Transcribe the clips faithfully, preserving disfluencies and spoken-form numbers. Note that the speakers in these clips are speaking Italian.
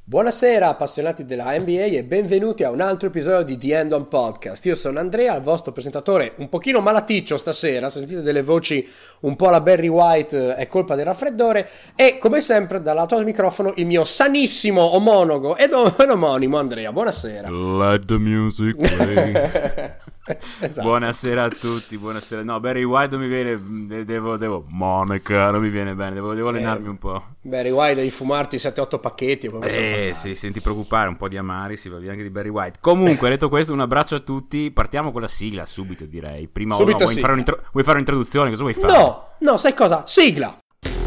Buonasera appassionati della N B A e benvenuti a un altro episodio di The End On Podcast. Io sono Andrea, il vostro presentatore un pochino malaticcio stasera, se sentite delle voci un po' alla Barry White è colpa del raffreddore e come sempre dal lato del microfono il mio sanissimo omonogo ed omonimo Andrea. Buonasera. Let the music play. Esatto. Buonasera a tutti, buonasera. No, Barry White non mi viene, devo, devo, Monica, non mi viene bene, devo, devo allenarmi eh, un po'. Barry White devi fumarti sette otto pacchetti. Eh sì, senti preoccupare, un po' di amari, si va via anche di Barry White. Comunque, detto questo, un abbraccio a tutti, partiamo con la sigla subito direi. Prima subito o no, vuoi fare, vuoi fare un'introduzione, cosa vuoi fare? No, no, sai cosa? Sigla!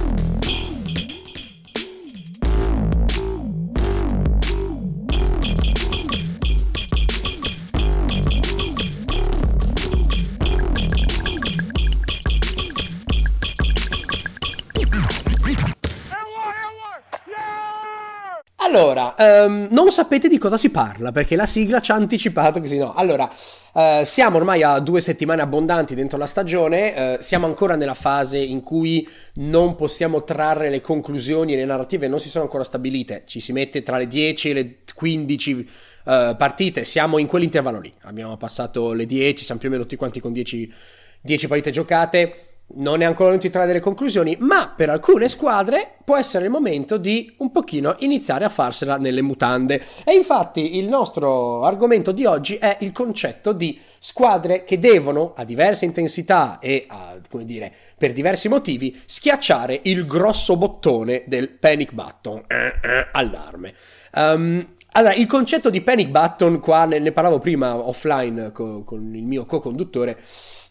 Allora, um, non sapete di cosa si parla perché la sigla ci ha anticipato così no. Allora, uh, siamo ormai a due settimane abbondanti dentro la stagione, uh, siamo ancora nella fase in cui non possiamo trarre le conclusioni e le narrative non si sono ancora stabilite, ci si mette tra le dieci e le quindici uh, partite, siamo in quell'intervallo lì, abbiamo passato le dieci, siamo più o meno tutti quanti con dieci, dieci partite giocate. Non è ancora venuto a trarre delle conclusioni, ma per alcune squadre può essere il momento di un pochino iniziare a farsela nelle mutande. E infatti il nostro argomento di oggi è il concetto di squadre che devono, a diverse intensità e a, come dire, per diversi motivi, schiacciare il grosso bottone del panic button. Eh, eh, allarme. Um, allora, il concetto di panic button, qua ne, ne parlavo prima offline co, con il mio co-conduttore.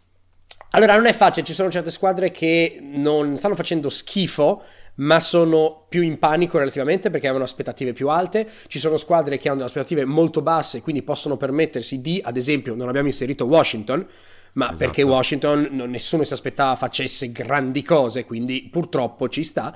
Allora non è facile, ci sono certe squadre che non stanno facendo schifo ma sono più in panico relativamente perché avevano aspettative più alte, ci sono squadre che hanno delle aspettative molto basse quindi possono permettersi di, ad esempio non abbiamo inserito Washington ma esatto. Perché Washington non, nessuno si aspettava facesse grandi cose quindi purtroppo ci sta,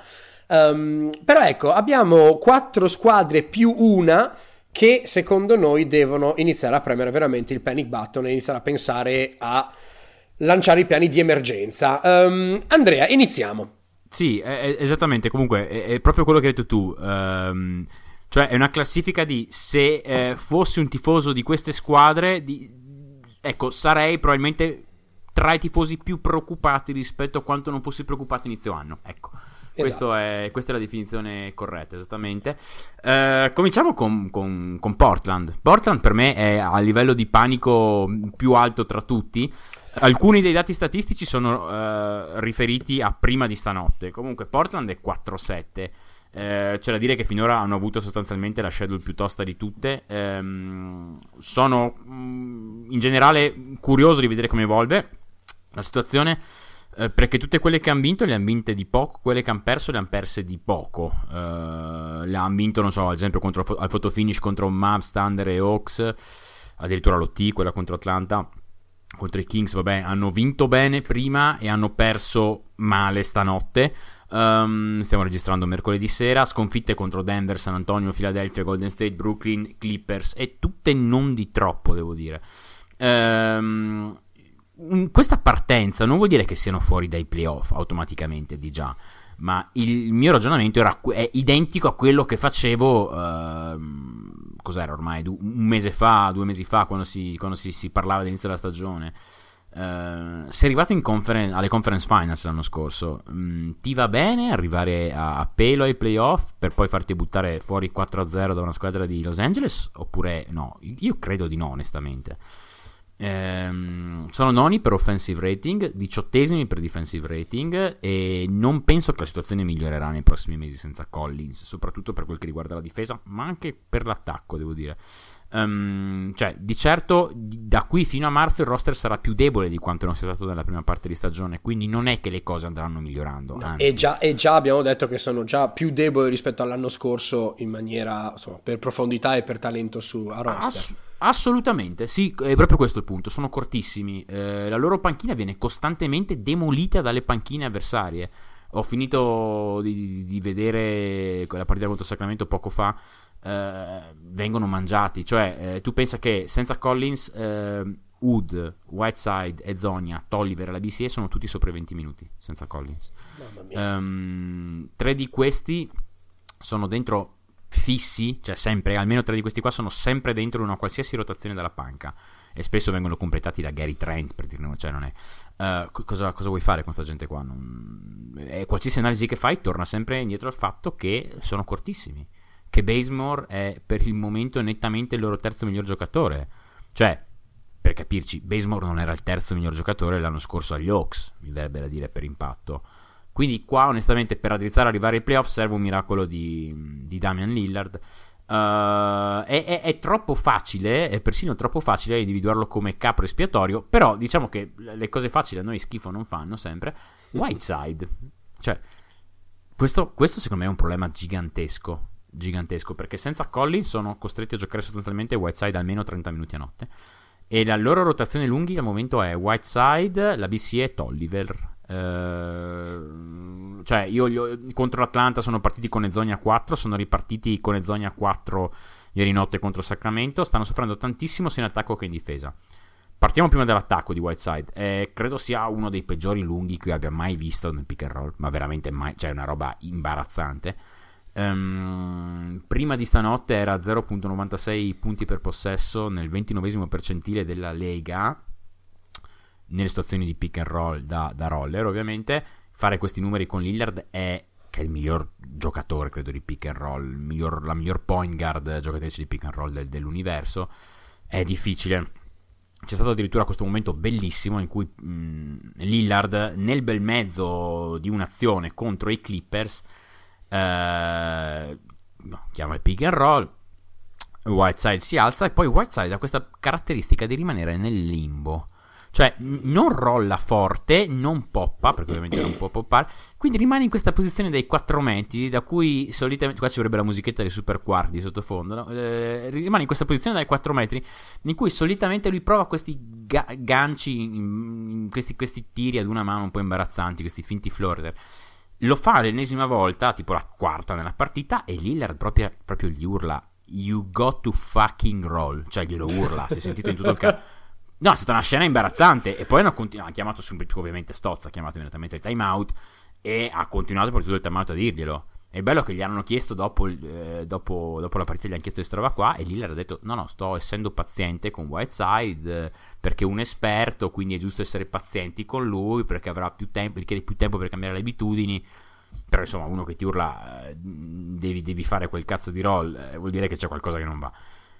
um, però ecco abbiamo quattro squadre più una che secondo noi devono iniziare a premere veramente il panic button e iniziare a pensare a lanciare i piani di emergenza. um, Andrea, iniziamo. Sì, è, è esattamente, comunque è, è proprio quello che hai detto tu, um, cioè è una classifica di se eh, fossi un tifoso di queste squadre di, ecco, sarei probabilmente tra i tifosi più preoccupati rispetto a quanto non fossi preoccupato inizio anno, ecco. Questo esatto. è, questa è la definizione corretta, esattamente. Uh, cominciamo con, con, con Portland. Portland per me è a livello di panico più alto tra tutti. Alcuni dei dati statistici sono uh, riferiti a prima di stanotte. Comunque Portland è quattro sette. Uh, c'è da dire che finora hanno avuto sostanzialmente la schedule più tosta di tutte. Um, sono um, in generale curioso di vedere come evolve la situazione. Uh, perché tutte quelle che hanno vinto le hanno vinte di poco, quelle che hanno perso le hanno perse di poco. Uh, le hanno vinto, non so, ad esempio contro, al photo finish contro Mavs, Thunder e Hawks, addirittura l'O T, quella contro Atlanta, contro i Kings, vabbè, hanno vinto bene prima e hanno perso male stanotte. Um, stiamo registrando mercoledì sera, sconfitte contro Denver, San Antonio, Philadelphia, Golden State, Brooklyn, Clippers e tutte non di troppo, devo dire. Um, questa partenza non vuol dire che siano fuori dai playoff automaticamente di già, ma il mio ragionamento era, è identico a quello che facevo uh, cos'era ormai un mese fa, due mesi fa, quando si, quando si, si parlava dell'inizio della stagione. Uh, sei arrivato in conferen- alle conference finals l'anno scorso, um, ti va bene arrivare a, a pelo ai playoff per poi farti buttare fuori quattro a zero da una squadra di Los Angeles oppure no? Io credo di no, onestamente. Ehm, sono noni per offensive rating, diciottesimi per defensive rating e non penso che la situazione migliorerà nei prossimi mesi senza Collins, soprattutto per quel che riguarda la difesa ma anche per l'attacco, devo dire. Um, cioè di certo da qui fino a marzo il roster sarà più debole di quanto non sia stato nella prima parte di stagione, quindi non è che le cose andranno migliorando, no, anzi. E, già, e già abbiamo detto che sono già più deboli rispetto all'anno scorso in maniera, insomma, per profondità e per talento su a roster. Ass- assolutamente sì, è proprio questo il punto, sono cortissimi, eh, la loro panchina viene costantemente demolita dalle panchine avversarie. Ho finito di, di vedere quella partita contro Sacramento poco fa. Uh, vengono mangiati, cioè uh, tu pensa che senza Collins uh, Wood, Whiteside e Zonia, Tolliver e la B C A sono tutti sopra i venti minuti senza Collins. um, tre di questi sono dentro fissi, cioè sempre, almeno tre di questi qua sono sempre dentro una qualsiasi rotazione della panca, e spesso vengono completati da Gary Trent, per dirne, cioè non è uh, cosa, cosa vuoi fare con sta gente qua? Non, e qualsiasi analisi che fai torna sempre indietro al fatto che sono cortissimi, che Bazemore è per il momento nettamente il loro terzo miglior giocatore, cioè, per capirci, Bazemore non era il terzo miglior giocatore l'anno scorso agli Hawks, mi verrebbe da dire, per impatto. Quindi qua onestamente per raddrizzare arrivare ai playoff serve un miracolo di, di Damian Lillard. Uh, è, è, è troppo facile, è persino troppo facile individuarlo come capro espiatorio, però diciamo che le cose facili a noi schifo non fanno sempre. Whiteside, cioè questo, questo secondo me è un problema gigantesco, gigantesco, perché senza Collins sono costretti a giocare sostanzialmente Whiteside almeno trenta minuti a notte, e la loro rotazione lunghi al momento è Whiteside, la B C e Tolliver. Uh, cioè io, io contro l'Atlanta sono partiti con Ezonia quattro, sono ripartiti con Ezonia quattro ieri notte contro Sacramento, stanno soffrendo tantissimo sia in attacco che in difesa. Partiamo prima dall'attacco di Whiteside, eh, credo sia uno dei peggiori lunghi che io abbia mai visto nel pick and roll, ma veramente mai, cioè è una roba imbarazzante. Um, prima di stanotte era zero virgola novantasei punti per possesso nel ventinovesimo percentile della Lega nelle situazioni di pick and roll da, da roller. Ovviamente fare questi numeri con Lillard è, che è il miglior giocatore credo di pick and roll, il miglior, la miglior point guard giocatrice di pick and roll del, dell'universo, è difficile. C'è stato addirittura questo momento bellissimo in cui mh, Lillard nel bel mezzo di un'azione contro i Clippers eh, chiama il pick and roll, Whiteside si alza e poi Whiteside ha questa caratteristica di rimanere nel limbo. Cioè non rolla forte, non poppa, perché ovviamente non può poppare, quindi rimane in questa posizione dei quattro metri, da cui solitamente, qua ci vorrebbe la musichetta dei Super Quarti di sottofondo, no? eh, rimane in questa posizione dai quattro metri, in cui solitamente lui prova questi ga- ganci, in, in questi, questi tiri ad una mano un po' imbarazzanti, questi finti floater. Lo fa l'ennesima volta, tipo la quarta nella partita, e Lillard proprio, proprio gli urla "You got to fucking roll", cioè glielo urla, si è sentito in tutto il campo. No, è stata una scena imbarazzante, e poi hanno continu- ha chiamato subito, ovviamente Stotz ha chiamato immediatamente il timeout e ha continuato per tutto il timeout a dirglielo. È bello che gli hanno chiesto dopo, eh, dopo, dopo la partita, gli hanno chiesto questa roba qua, e Lillard ha detto no no, sto essendo paziente con Whiteside eh, perché è un esperto, quindi è giusto essere pazienti con lui perché avrà più tempo, richiede più tempo per cambiare le abitudini. Però insomma, uno che ti urla eh, devi, devi fare quel cazzo di roll, eh, vuol dire che c'è qualcosa che non va.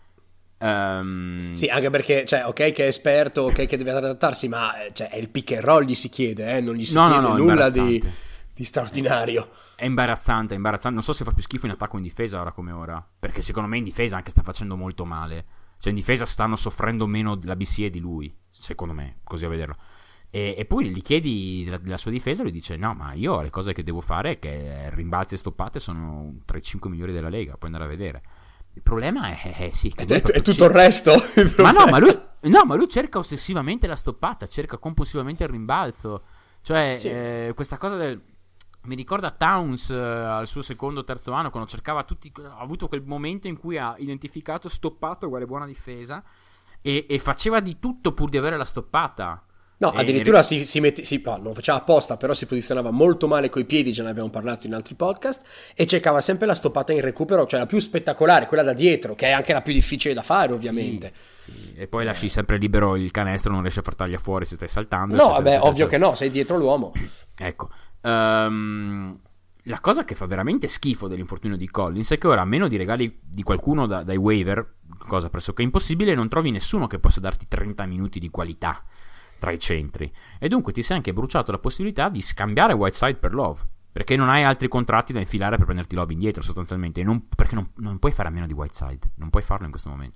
Um... Sì, anche perché, cioè, ok che è esperto, ok che deve adattarsi, ma cioè, è il pick and roll gli si chiede, eh? Non gli si no, chiede no, no, nulla di, di straordinario. È imbarazzante, è imbarazzante. Non so se fa più schifo in attacco o in difesa ora come ora, perché secondo me in difesa anche sta facendo molto male. Cioè in difesa stanno soffrendo meno la B C E di lui, secondo me, così a vederlo. E, e poi gli chiedi della, della sua difesa, lui dice no, ma io le cose che devo fare è che rimbalzi e stoppate sono tra i cinque migliori della Lega, puoi andare a vedere. Il problema è, è sì, che è, è tutto cerca... il resto. Il ma no, ma lui, no, ma lui cerca ossessivamente la stoppata, cerca compulsivamente il rimbalzo. Cioè, sì. eh, questa cosa del. Mi ricorda Towns eh, al suo secondo o terzo anno, quando cercava tutti. Ha avuto quel momento in cui ha identificato stoppato uguale buona difesa. E, e faceva di tutto pur di avere la stoppata. No, addirittura e... si, si mette, si, no, non faceva apposta, però si posizionava molto male coi piedi, già ne abbiamo parlato in altri podcast, e cercava sempre la stoppata in recupero, cioè la più spettacolare, quella da dietro, che è anche la più difficile da fare, ovviamente. Sì, sì. E poi eh. lasci sempre libero il canestro, non riesci a far taglia fuori se stai saltando. No, eccetera, vabbè, eccetera, ovvio eccetera. Che no, sei dietro l'uomo. Ecco. Um, la cosa che fa veramente schifo dell'infortunio di Collins è che ora, a meno di regali di qualcuno da, dai waiver, cosa pressoché impossibile, non trovi nessuno che possa darti trenta minuti di qualità tra i centri, e dunque ti sei anche bruciato la possibilità di scambiare Whiteside per Love, perché non hai altri contratti da infilare per prenderti Love indietro sostanzialmente, non, perché non, non puoi fare a meno di Whiteside, non puoi farlo in questo momento.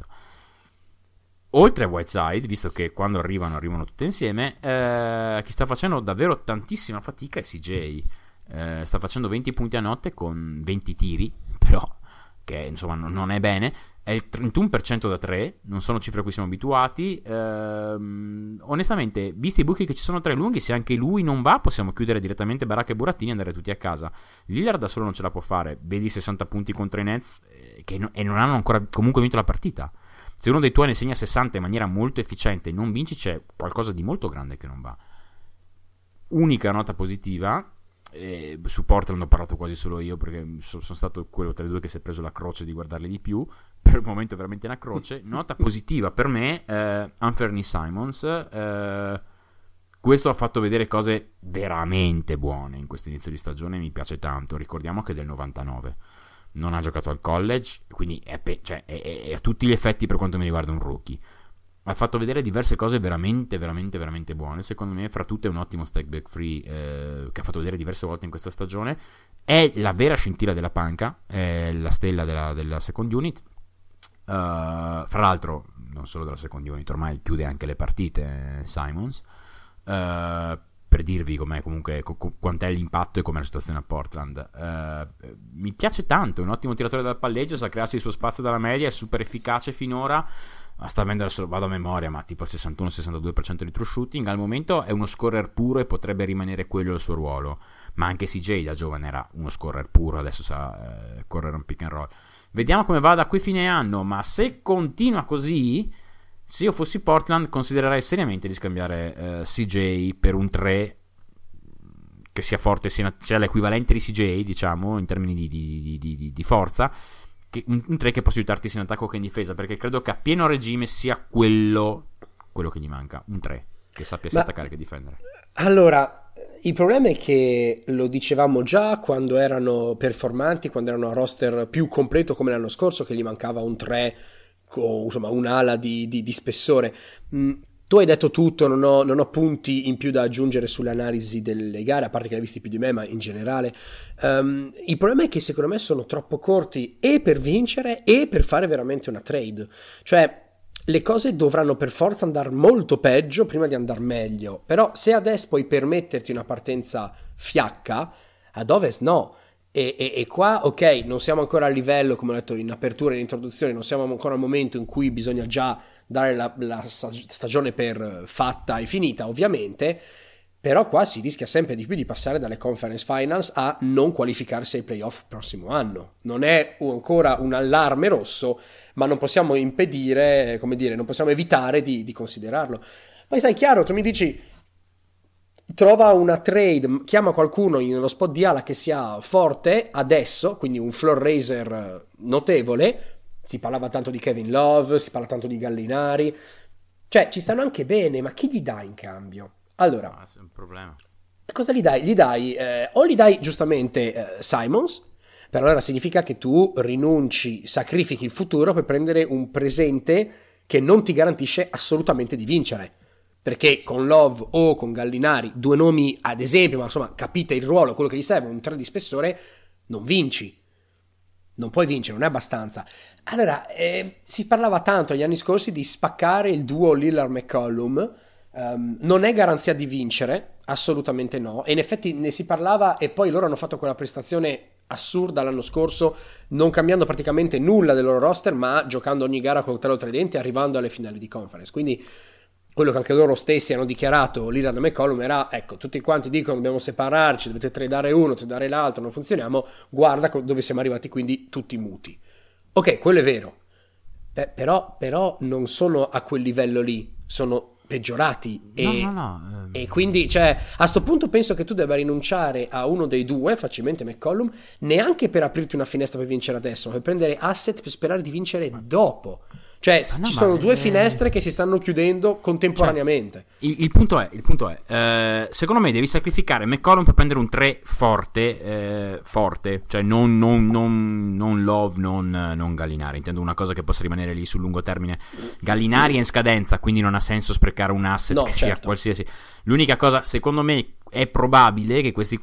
Oltre a Whiteside, visto che quando arrivano arrivano tutte insieme, eh, chi sta facendo davvero tantissima fatica è C J, eh, sta facendo venti punti a notte con venti tiri, però che insomma non è bene, è il trentuno per cento da tre, non sono cifre a cui siamo abituati. Ehm, onestamente, visti i buchi che ci sono tra i lunghi, se anche lui non va possiamo chiudere direttamente Baracca e Burattini e andare tutti a casa. Lillard da solo non ce la può fare, vedi sessanta punti contro i Nets eh, che no, e non hanno ancora comunque vinto la partita. Se uno dei tuoi ne segna sessanta in maniera molto efficiente e non vinci, c'è qualcosa di molto grande che non va. Unica nota positiva, E su Portland ho parlato quasi solo io, perché sono stato quello tra i due che si è preso la croce di guardarli di più. Per il momento è veramente una croce. Nota positiva per me, eh, Anthony Simons, eh, questo ha fatto vedere cose veramente buone in questo inizio di stagione, mi piace tanto. Ricordiamo che è del novantanove, non ha giocato al college, quindi è, pe- cioè, è, è, è a tutti gli effetti, per quanto mi riguarda, un rookie. Ha fatto vedere diverse cose veramente, veramente, veramente buone. Secondo me, fra tutte, è un ottimo step back free eh, che ha fatto vedere diverse volte in questa stagione. È la vera scintilla della panca, è la stella della, della second unit. Uh, fra l'altro, non solo della second unit, ormai chiude anche le partite, eh, Simons. Uh, per dirvi com'è, comunque, co- co- quant'è l'impatto e com'è la situazione a Portland. Uh, mi piace tanto, è un ottimo tiratore dal palleggio, sa crearsi il suo spazio dalla media, è super efficace finora. Sta avendo, adesso vado a memoria, ma tipo il sessantuno sessantadue per cento di true shooting. Al momento è uno scorer puro e potrebbe rimanere quello il suo ruolo. Ma anche C J da giovane era uno scorer puro, adesso sa eh, correre un pick and roll. Vediamo come va da qui fine anno, ma se continua così, se io fossi Portland considererei seriamente di scambiare eh, C J per un tre che sia forte, sia, sia l'equivalente di C J, diciamo, in termini di, di, di, di, di forza. Un, un tre che possa aiutarti sia in attacco che in difesa, perché credo che a pieno regime sia quello quello che gli manca, un tre che sappia sia attaccare che difendere. Allora, il problema è che lo dicevamo già quando erano performanti, quando erano a roster più completo come l'anno scorso, che gli mancava un tre con insomma un'ala di, di, di spessore. mm. Tu hai detto tutto, non ho, non ho punti in più da aggiungere sulle analisi delle gare, a parte che l'hai visti più di me, ma in generale. Um, il problema è che secondo me sono troppo corti e per vincere e per fare veramente una trade. Cioè, le cose dovranno per forza andare molto peggio prima di andare meglio. Però se adesso puoi permetterti una partenza fiacca, ad Ovest no. E, e, e qua, ok, non siamo ancora a livello, come ho detto in apertura e in introduzione, non siamo ancora al momento in cui bisogna già dare la, la stagione per fatta e finita, ovviamente, però qua si rischia sempre di più di passare dalle conference finals a non qualificarsi ai playoff prossimo anno. Non è ancora un allarme rosso, ma non possiamo impedire, come dire, non possiamo evitare di, di considerarlo. Poi sai, chiaro, tu mi dici trova una trade, chiama qualcuno in uno spot di ala che sia forte adesso, quindi un floor raiser notevole. Si parlava tanto di Kevin Love, si parla tanto di Gallinari, cioè ci stanno anche bene, ma chi gli dai in cambio? Allora, no, è un problema. Cosa gli dai? Gli dai eh, o gli dai giustamente eh, Simons, per allora significa che tu rinunci, sacrifichi il futuro per prendere un presente che non ti garantisce assolutamente di vincere. Perché con Love o con Gallinari, due nomi ad esempio, ma insomma capite il ruolo, quello che gli serve, un tre di spessore, non vinci. Non puoi vincere, non è abbastanza. Allora, eh, si parlava tanto negli anni scorsi di spaccare il duo Lillard-McCollum. Um, non è garanzia di vincere, assolutamente no. E in effetti ne si parlava e poi loro hanno fatto quella prestazione assurda l'anno scorso, non cambiando praticamente nulla del loro roster, ma giocando ogni gara con coltello tra i denti, arrivando alle finali di conference. Quindi quello che anche loro stessi hanno dichiarato, Lillard e McCollum, era, ecco, tutti quanti dicono dobbiamo separarci, dovete tradare uno, tradare l'altro, non funzioniamo, guarda dove siamo arrivati, quindi tutti muti. Ok, quello è vero, Beh, però, però non sono a quel livello lì, sono peggiorati e, no, no, no. e quindi cioè, a sto punto penso che tu debba rinunciare a uno dei due, facilmente McCollum, neanche per aprirti una finestra per vincere adesso, ma per prendere asset per sperare di vincere dopo. Cioè, ah, no, ci sono due è... finestre che si stanno chiudendo contemporaneamente. Cioè, il, il punto è, il punto è eh, secondo me devi sacrificare McCollum per prendere un tre forte, eh, forte, cioè non, non, non, non Love, non, non Gallinari. Intendo una cosa che possa rimanere lì sul lungo termine. Gallinari è in scadenza, quindi non ha senso sprecare un asset no, che certo. sia qualsiasi. L'unica cosa, secondo me, è probabile che questi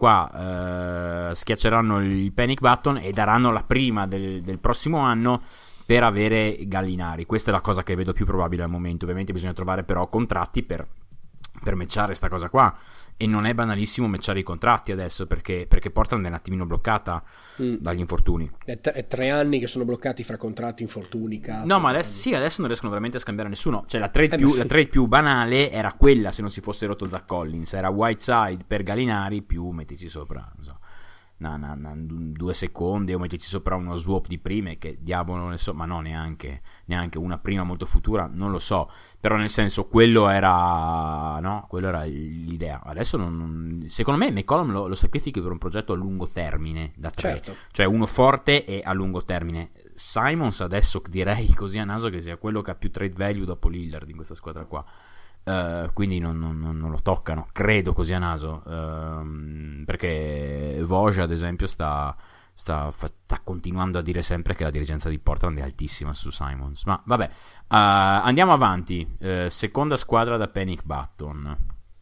qua eh, schiacceranno il panic button e daranno la prima del, del prossimo anno per avere Gallinari. Questa è la cosa che vedo più probabile al momento. Ovviamente bisogna trovare però contratti per, per matchare sta cosa qua, e non è banalissimo matchare i contratti adesso, perché, perché Portland è un attimino bloccata mm. dagli infortuni. È, t- è tre anni che sono bloccati fra contratti, infortuni, capi. No, ma adesso, sì, adesso non riescono veramente a scambiare nessuno. Cioè la trade, eh più, sì. la trade più banale era quella, se non si fosse rotto Zach Collins, era Whiteside per Gallinari più mettici sopra, non so, na, na, na, due secondi o metterci sopra uno swap di prime, che diavolo ne so, ma no, neanche, neanche una prima molto futura, non lo so, però nel senso quello era, no, quello era l'idea. Adesso non, non, secondo me McCollum lo, lo sacrifichi per un progetto a lungo termine da tre, certo. Cioè uno forte e a lungo termine. Simons adesso direi così a naso che sia quello che ha più trade value dopo Lillard in questa squadra qua. Uh, quindi non, non, non lo toccano, credo così a naso, uh, perché Woj ad esempio sta, sta, sta continuando a dire sempre che la dirigenza di Portland è altissima su Simons. Ma vabbè, uh, andiamo avanti. Uh, seconda squadra da Panic Button,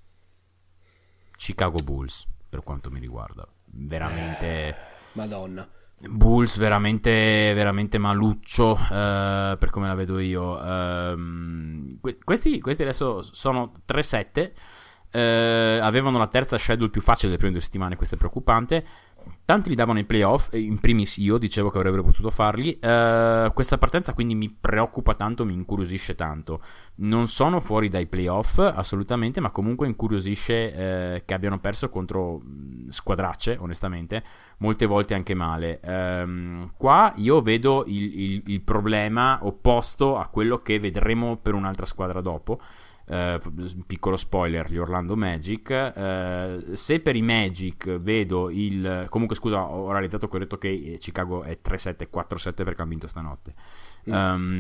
Chicago Bulls, per quanto mi riguarda, veramente eh, Madonna. Bulls veramente veramente maluccio, uh, per come la vedo io. Uh, questi, questi adesso sono tre sette, uh, avevano la terza schedule più facile delle prime due settimane, questo è preoccupante. Tanti li davano ai playoff, in primis io dicevo che avrebbero potuto farli. Uh, questa partenza quindi mi preoccupa tanto, mi incuriosisce tanto. Non sono fuori dai playoff assolutamente, ma comunque incuriosisce uh, che abbiano perso contro squadracce, onestamente, molte volte anche male. Um, qua io vedo il, il, il problema opposto a quello che vedremo per un'altra squadra dopo. Uh, piccolo spoiler, gli Orlando Magic. Uh, se per i Magic vedo il, comunque scusa, ho realizzato che ho detto che Chicago è tre sette quattro sette perché hanno vinto stanotte. mm.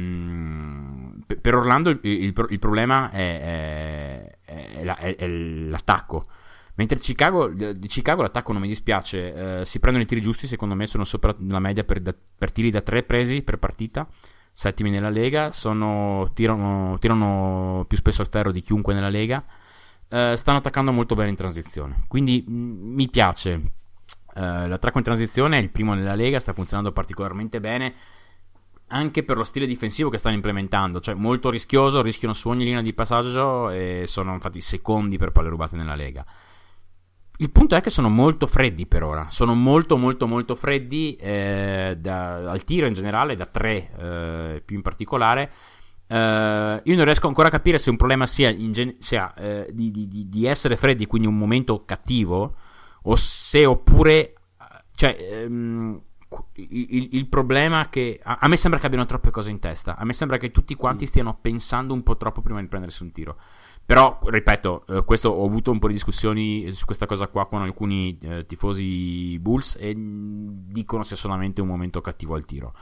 um, per Orlando il, il, il problema è, è, è, la, è, è l'attacco, mentre Chicago, di Chicago l'attacco non mi dispiace. Uh, si prendono i tiri giusti, secondo me sono sopra la media per, da, per tiri da tre presi per partita, settimi nella Lega, sono, tirano, tirano più spesso al ferro di chiunque nella Lega, uh, stanno attaccando molto bene in transizione, quindi m- mi piace. Uh, l'attacco in transizione è il primo nella Lega, sta funzionando particolarmente bene anche per lo stile difensivo che stanno implementando, cioè molto rischioso, rischiano su ogni linea di passaggio e sono infatti secondi per palle rubate nella Lega. Il punto è che sono molto freddi per ora, sono molto molto molto freddi eh, da, al tiro in generale, da tre eh, più in particolare. Eh, io non riesco ancora a capire se un problema sia, in gen- sia eh, di, di, di essere freddi, quindi un momento cattivo, o se oppure, cioè, ehm, il, il problema che a, a me sembra che abbiano troppe cose in testa, a me sembra che tutti quanti stiano pensando un po' troppo prima di prendersi un tiro. Però, ripeto, eh, questo, ho avuto un po' di discussioni su questa cosa qua con alcuni eh, tifosi Bulls e mh, dicono sia solamente un momento cattivo al tiro.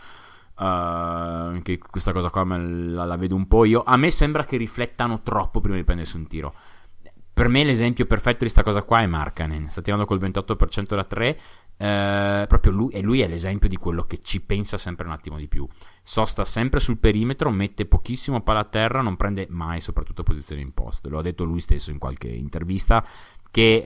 Uh, che questa cosa qua me la, la vedo un po' io. A me sembra che riflettano troppo prima di prendersi un tiro. Per me l'esempio perfetto di sta cosa qua è Markkanen, sta tirando col ventotto per cento da tre, eh, proprio lui, e lui è l'esempio di quello che ci pensa sempre un attimo di più. Sosta sempre sul perimetro, mette pochissimo palla a terra, non prende mai soprattutto posizioni in post. Lo ha detto lui stesso in qualche intervista, che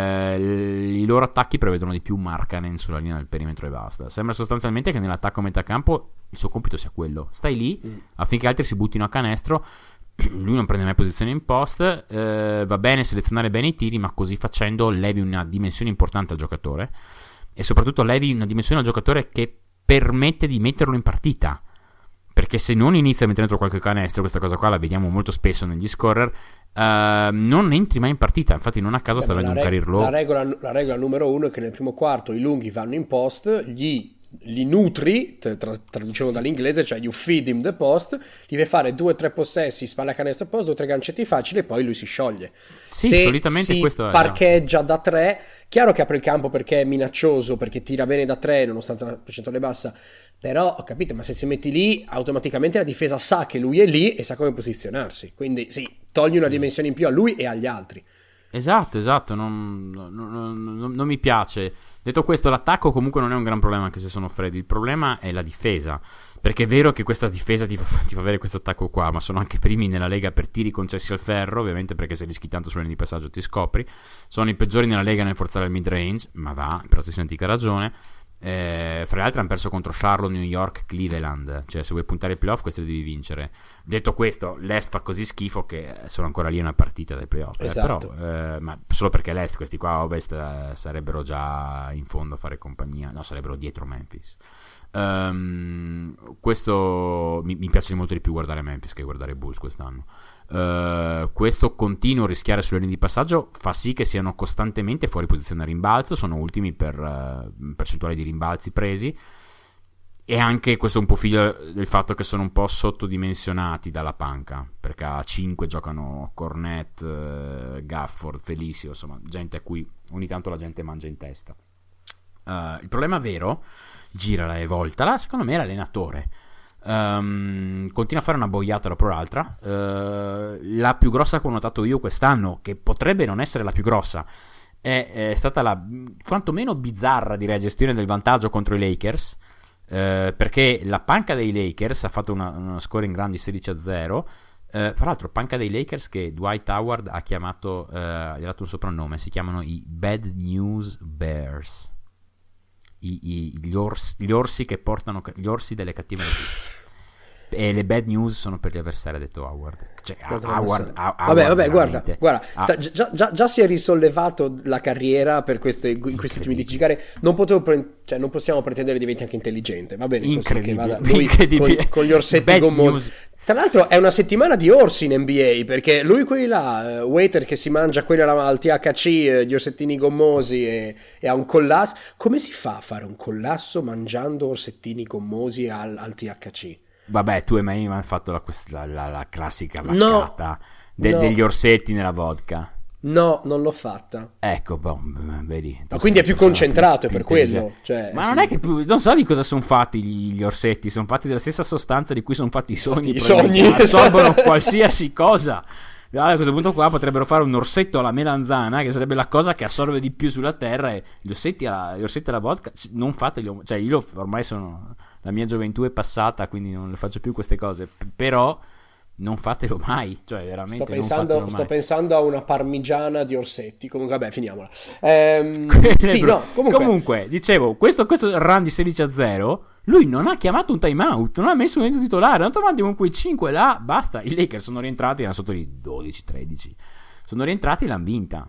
eh, i loro attacchi prevedono di più Markkanen sulla linea del perimetro e basta. Sembra sostanzialmente che nell'attacco a metà campo il suo compito sia quello, stai lì mm. affinché altri si buttino a canestro. Lui non prende mai posizione in post, eh, va bene selezionare bene i tiri, ma così facendo levi una dimensione importante al giocatore e soprattutto levi una dimensione al giocatore che permette di metterlo in partita, perché se non inizia a mettere dentro qualche canestro, questa cosa qua la vediamo molto spesso negli scorer, eh, non entri mai in partita. Infatti non a caso sta avendo un reg- career low. La regola, la regola numero uno è che nel primo quarto i lunghi vanno in post, gli li nutri, tra, traduciamo sì. dall'inglese, cioè you feed him the post, gli fai fare due o tre possessi, spalla canestro post, due o tre gancetti facili e poi lui si scioglie. Sì, se solitamente si questo è, parcheggia da tre, chiaro che apre il campo perché è minaccioso, perché tira bene da tre nonostante la percentuale bassa, però ho capito, ma se si metti lì automaticamente la difesa sa che lui è lì e sa come posizionarsi, quindi sì, togli una sì. dimensione in più a lui e agli altri. Esatto, esatto, non, non, non, non mi piace. Detto questo, l'attacco comunque non è un gran problema anche se sono freddi, il problema è la difesa, perché è vero che questa difesa ti fa, ti fa avere questo attacco qua, ma sono anche primi nella Lega per tiri concessi al ferro, ovviamente perché se rischi tanto sulle linee di passaggio ti scopri, sono i peggiori nella Lega nel forzare il mid range, ma va, per la stessa antica ragione. Eh, fra le altre hanno perso contro Charlotte, New York, Cleveland, cioè se vuoi puntare ai playoff queste devi vincere. Detto questo, l'Est fa così schifo che sono ancora lì una partita dai playoff, esatto. eh, però, eh, ma solo perché l'Est, questi qua a Ovest eh, sarebbero già in fondo a fare compagnia, no, sarebbero dietro Memphis. Um, questo mi, mi piace molto di più guardare Memphis che guardare i Bulls quest'anno. Uh, questo continuo rischiare sulle linee di passaggio fa sì che siano costantemente fuori posizione a rimbalzo, sono ultimi per uh, percentuale di rimbalzi presi, e anche questo è un po' figlio del fatto che sono un po' sottodimensionati dalla panca, perché a cinque giocano Cornet, uh, Gafford, Felicio, insomma gente a cui ogni tanto la gente mangia in testa. Uh, il problema vero, girala e voltala, secondo me è l'allenatore. Um, continua a fare una boiata dopo l'altra. Uh, la più grossa che ho notato io quest'anno, che potrebbe non essere la più grossa, è, è stata la quantomeno bizzarra, direi, gestione del vantaggio contro i Lakers, uh, perché la panca dei Lakers ha fatto una, una scoring run di sedici a zero. Uh, tra l'altro panca dei Lakers che Dwight Howard ha chiamato, uh, gli ha dato un soprannome, si chiamano i Bad News Bears. I, i, gli, orsi, gli orsi che portano gli orsi delle cattive notizie, e le bad news sono per gli avversari, ha detto Howard. Cioè, Howard, Howard vabbè vabbè guarda, guarda ah. sta, già, già, già si è risollevato la carriera per queste, in questi ultimi dieci gare. Non potevo pre- cioè non possiamo pretendere diventi anche intelligente, va bene, incredibile, che vada lui con, con gli orsetti bad gommosi news. Tra l'altro è una settimana di orsi in N B A, perché lui quelli là, uh, waiter che si mangia quelli al T H C, uh, gli orsettini gommosi e, e ha un collasso. Come si fa a fare un collasso mangiando orsettini gommosi al, al T H C? Vabbè, tu e me hanno fatto la, la, la, la classica vaccata no, de, no. degli orsetti nella vodka. No, non l'ho fatta. Ecco, boh, vedi. Ma quindi è più concentrato, è per quello. Cioè, ma non è che più, non so di cosa sono fatti gli, gli orsetti, sono fatti della stessa sostanza di cui sono fatti i sogni. I sogni assorbono qualsiasi cosa. Allora, a questo punto qua potrebbero fare un orsetto alla melanzana, che sarebbe la cosa che assorbe di più sulla terra, e gli orsetti alla, gli orsetti alla vodka non fateli, cioè io ormai sono, la mia gioventù è passata, quindi non le faccio più queste cose, però non fatelo mai, cioè veramente sto pensando, non fatelo sto mai. pensando a una parmigiana di orsetti. Comunque vabbè, finiamola. Ehm, sì, no, comunque. comunque dicevo, questo, questo run di sedici a zero, lui non ha chiamato un timeout, non ha messo un titolare, è andato avanti con quei cinque là, basta. I Lakers sono rientrati, erano sotto di dodici tredici, sono rientrati e l'hanno vinta.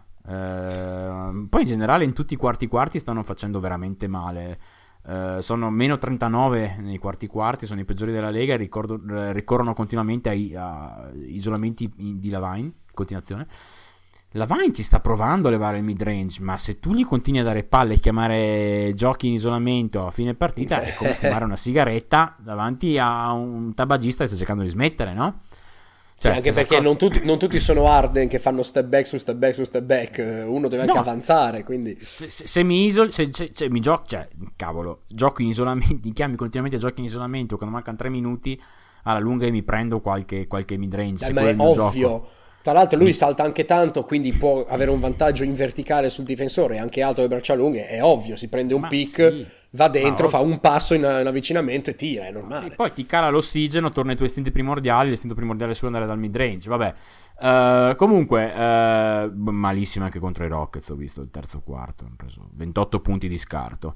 Ehm, poi in generale in tutti i quarti quarti stanno facendo veramente male. Uh, sono meno trentanove nei quarti quarti, sono i peggiori della Lega, ricordo, uh, ricorrono continuamente ai a isolamenti di Lavine in continuazione. Lavine ci sta provando a levare il mid range, ma se tu gli continui a dare palle e chiamare giochi in isolamento a fine partita è come fumare una sigaretta davanti a un tabagista che sta cercando di smettere, no? Cioè, sì, anche perché non tutti, non tutti sono Harden che fanno step back su step back su step back, uno deve anche no. avanzare, quindi se, se, se mi isolo, se, se, se mi gioco, cioè cavolo, gioco in isolamento, mi chiami continuamente a giochi in isolamento, quando mancano tre minuti alla lunga e mi prendo qualche, qualche mid range. Ma è ovvio gioco. Tra l'altro lui salta anche tanto, quindi può avere un vantaggio in verticale sul difensore, è anche alto e braccia lunghe, è ovvio, si prende un ma pick, sì. va dentro, fa un passo in, in avvicinamento e tira, è normale. E poi ti cala l'ossigeno, torna ai tuoi istinti primordiali, l'istinto primordiale su andare dal mid range, vabbè. Uh, comunque uh, malissimo anche contro i Rockets, ho visto il terzo quarto, hanno preso ventotto punti di scarto.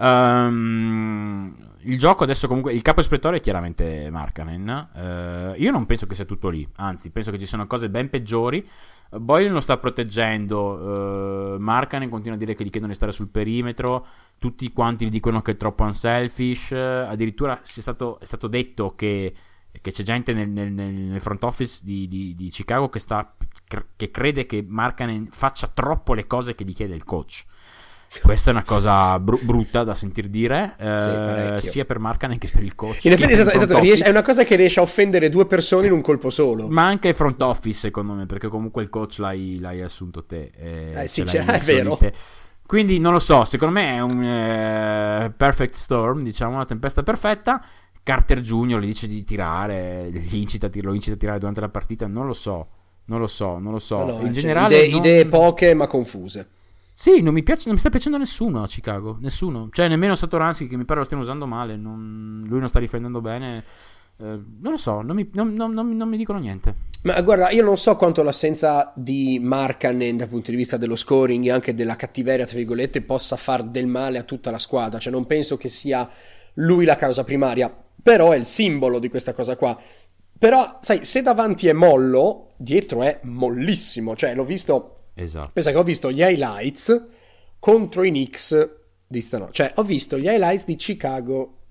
Um, il gioco adesso comunque, il capo espiatorio è chiaramente Markkanen. Uh, io non penso che sia tutto lì, anzi penso che ci siano cose ben peggiori. Boyle lo sta proteggendo, uh, Markkanen continua a dire che gli chiedono di stare sul perimetro, tutti quanti gli dicono che è troppo unselfish, uh, addirittura è stato, è stato detto che che c'è gente nel, nel, nel front office di, di, di Chicago che sta che crede che Markkanen faccia troppo le cose che gli chiede il coach. Questa è una cosa br- brutta da sentir dire, eh, sì, sia per Markkanen che per il coach. In effetti è, stato, è, stato, riesce, è una cosa che riesce a offendere due persone in un colpo solo. Ma anche il front office, secondo me, perché comunque il coach l'hai, l'hai assunto te. Eh, sì, cioè, è vero. Te. Quindi non lo so, secondo me è un eh, perfect storm, diciamo, una tempesta perfetta. Carter Junior gli dice di tirare, gli incita a tir- lo incita a tirare durante la partita, non lo so, non lo so, non lo so. No, no, in cioè, generale idee, non... idee poche ma confuse. Sì, non mi piace, non mi sta piacendo nessuno a Chicago, nessuno. Cioè nemmeno Satoransky, che mi pare lo stiano usando male, non... lui non sta difendendo bene. Eh, non lo so, non mi, non, non, non, non mi dicono niente. Ma guarda, io non so quanto l'assenza di Markkanen dal punto di vista dello scoring e anche della cattiveria, tra virgolette, possa far del male a tutta la squadra. Cioè non penso che sia lui la causa primaria, però è il simbolo di questa cosa qua. Però sai, se davanti è mollo, dietro è mollissimo. Cioè l'ho visto, esatto. Pensa che ho visto gli highlights contro i Knicks di stanotte. Cioè ho visto gli highlights di Chicago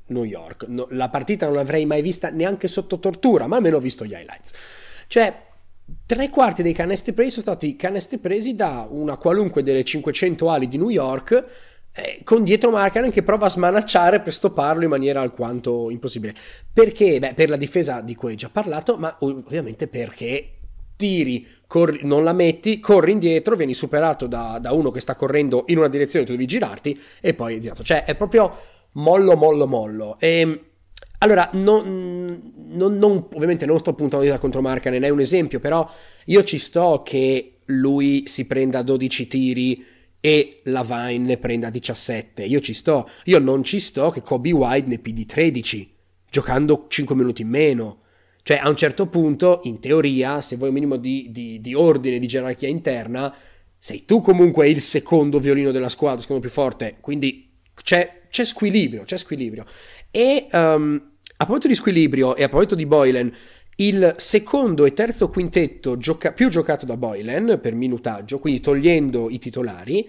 New York. No, la partita non l'avrei mai vista neanche sotto tortura, ma almeno ho visto gli highlights. Cioè, tre quarti dei canestri presi sono stati canestri presi da una qualunque delle cinquecento ali di New York, eh, con dietro Markkanen che prova a smanacciare per stopparlo in maniera alquanto impossibile. Perché? Beh, per la difesa di cui hai già parlato, ma ovviamente perché tiri, corri, non la metti, corri indietro, vieni superato da, da uno che sta correndo in una direzione, tu devi girarti e poi è girato. Cioè è proprio mollo mollo mollo. E allora non, non, non, ovviamente non sto puntando di vita contro Markkanen, è un esempio, però io ci sto che lui si prenda dodici tiri e Lavine ne prenda diciassette, io ci sto. Io non ci sto che Kobe White ne pigli tredici giocando cinque minuti in meno. Cioè a un certo punto, in teoria, se vuoi un minimo di, di, di ordine, di gerarchia interna, sei tu comunque il secondo violino della squadra, il secondo più forte, quindi c'è, c'è squilibrio, c'è squilibrio. E um, a proposito di squilibrio e a proposito di Boylen, il secondo e terzo quintetto gioca- più giocato da Boylen per minutaggio, quindi togliendo i titolari,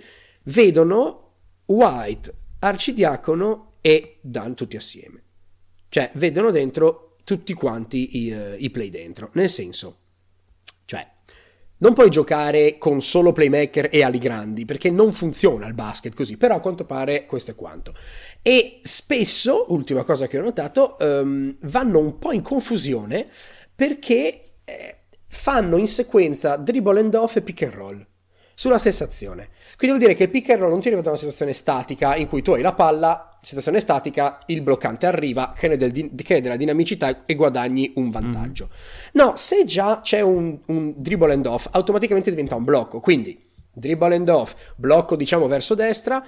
vedono White, Arcidiacono e Dan tutti assieme. Cioè vedono dentro tutti quanti i, uh, i play dentro, nel senso, cioè non puoi giocare con solo playmaker e ali grandi perché non funziona il basket così, però a quanto pare questo è quanto. E spesso, ultima cosa che ho notato, um, vanno un po' in confusione perché eh, fanno in sequenza dribble and off e pick and roll sulla stessa azione. Quindi vuol dire che il pick and roll non ti arriva da una situazione statica in cui tu hai la palla, situazione statica, il bloccante arriva, crea, del, crea della dinamicità e guadagni un vantaggio. Mm. No, se già c'è un, un dribble and off, automaticamente diventa un blocco. Quindi dribble and off, blocco diciamo verso destra,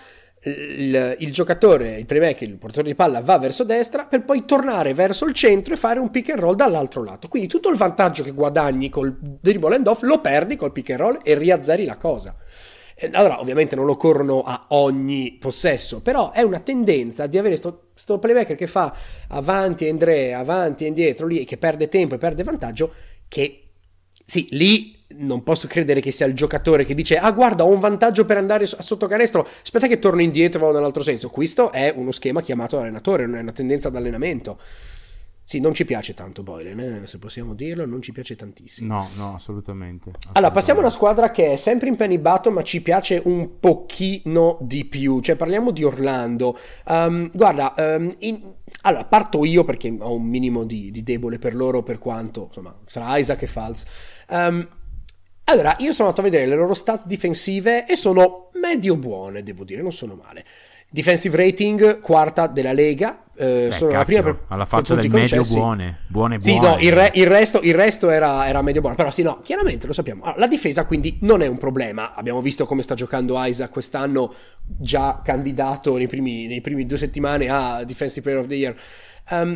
il, il giocatore, il playmaker, il portatore di palla va verso destra per poi tornare verso il centro e fare un pick and roll dall'altro lato. Quindi tutto il vantaggio che guadagni col dribble and off lo perdi col pick and roll e riazzeri la cosa. Allora ovviamente non lo corrono a ogni possesso, però è una tendenza di avere sto, sto playmaker che fa avanti e Andrea, avanti e indietro lì, che perde tempo e perde vantaggio, che sì, lì non posso credere che sia il giocatore che dice ah guarda ho un vantaggio per andare sotto canestro, aspetta che torno indietro e vado nell'altro senso. Questo è uno schema chiamato dall'allenatore, non è una tendenza d'allenamento. Sì, non ci piace tanto Boylen, eh? Se possiamo dirlo, non ci piace tantissimo. No, no, assolutamente, assolutamente. Allora, passiamo a una squadra che è sempre in penny button, ma ci piace un pochino di più. Cioè, parliamo di Orlando. Um, guarda, um, in... allora, parto io perché ho un minimo di, di debole per loro, per quanto, insomma, fra Isaac e Falz. Um, allora, io sono andato a vedere le loro stat difensive e sono medio buone, devo dire, non sono male. Defensive rating quarta della Lega, eh, Beh, sono cacchio, la prima per, alla faccia per del concessi. medio buone, buone buone. Sì, no, il, re, il resto, il resto era, era medio buono, però sì, no, chiaramente lo sappiamo. Allora, la difesa quindi non è un problema, abbiamo visto come sta giocando Isaac quest'anno, già candidato nei primi, nei primi due settimane a Defensive Player of the Year. Um,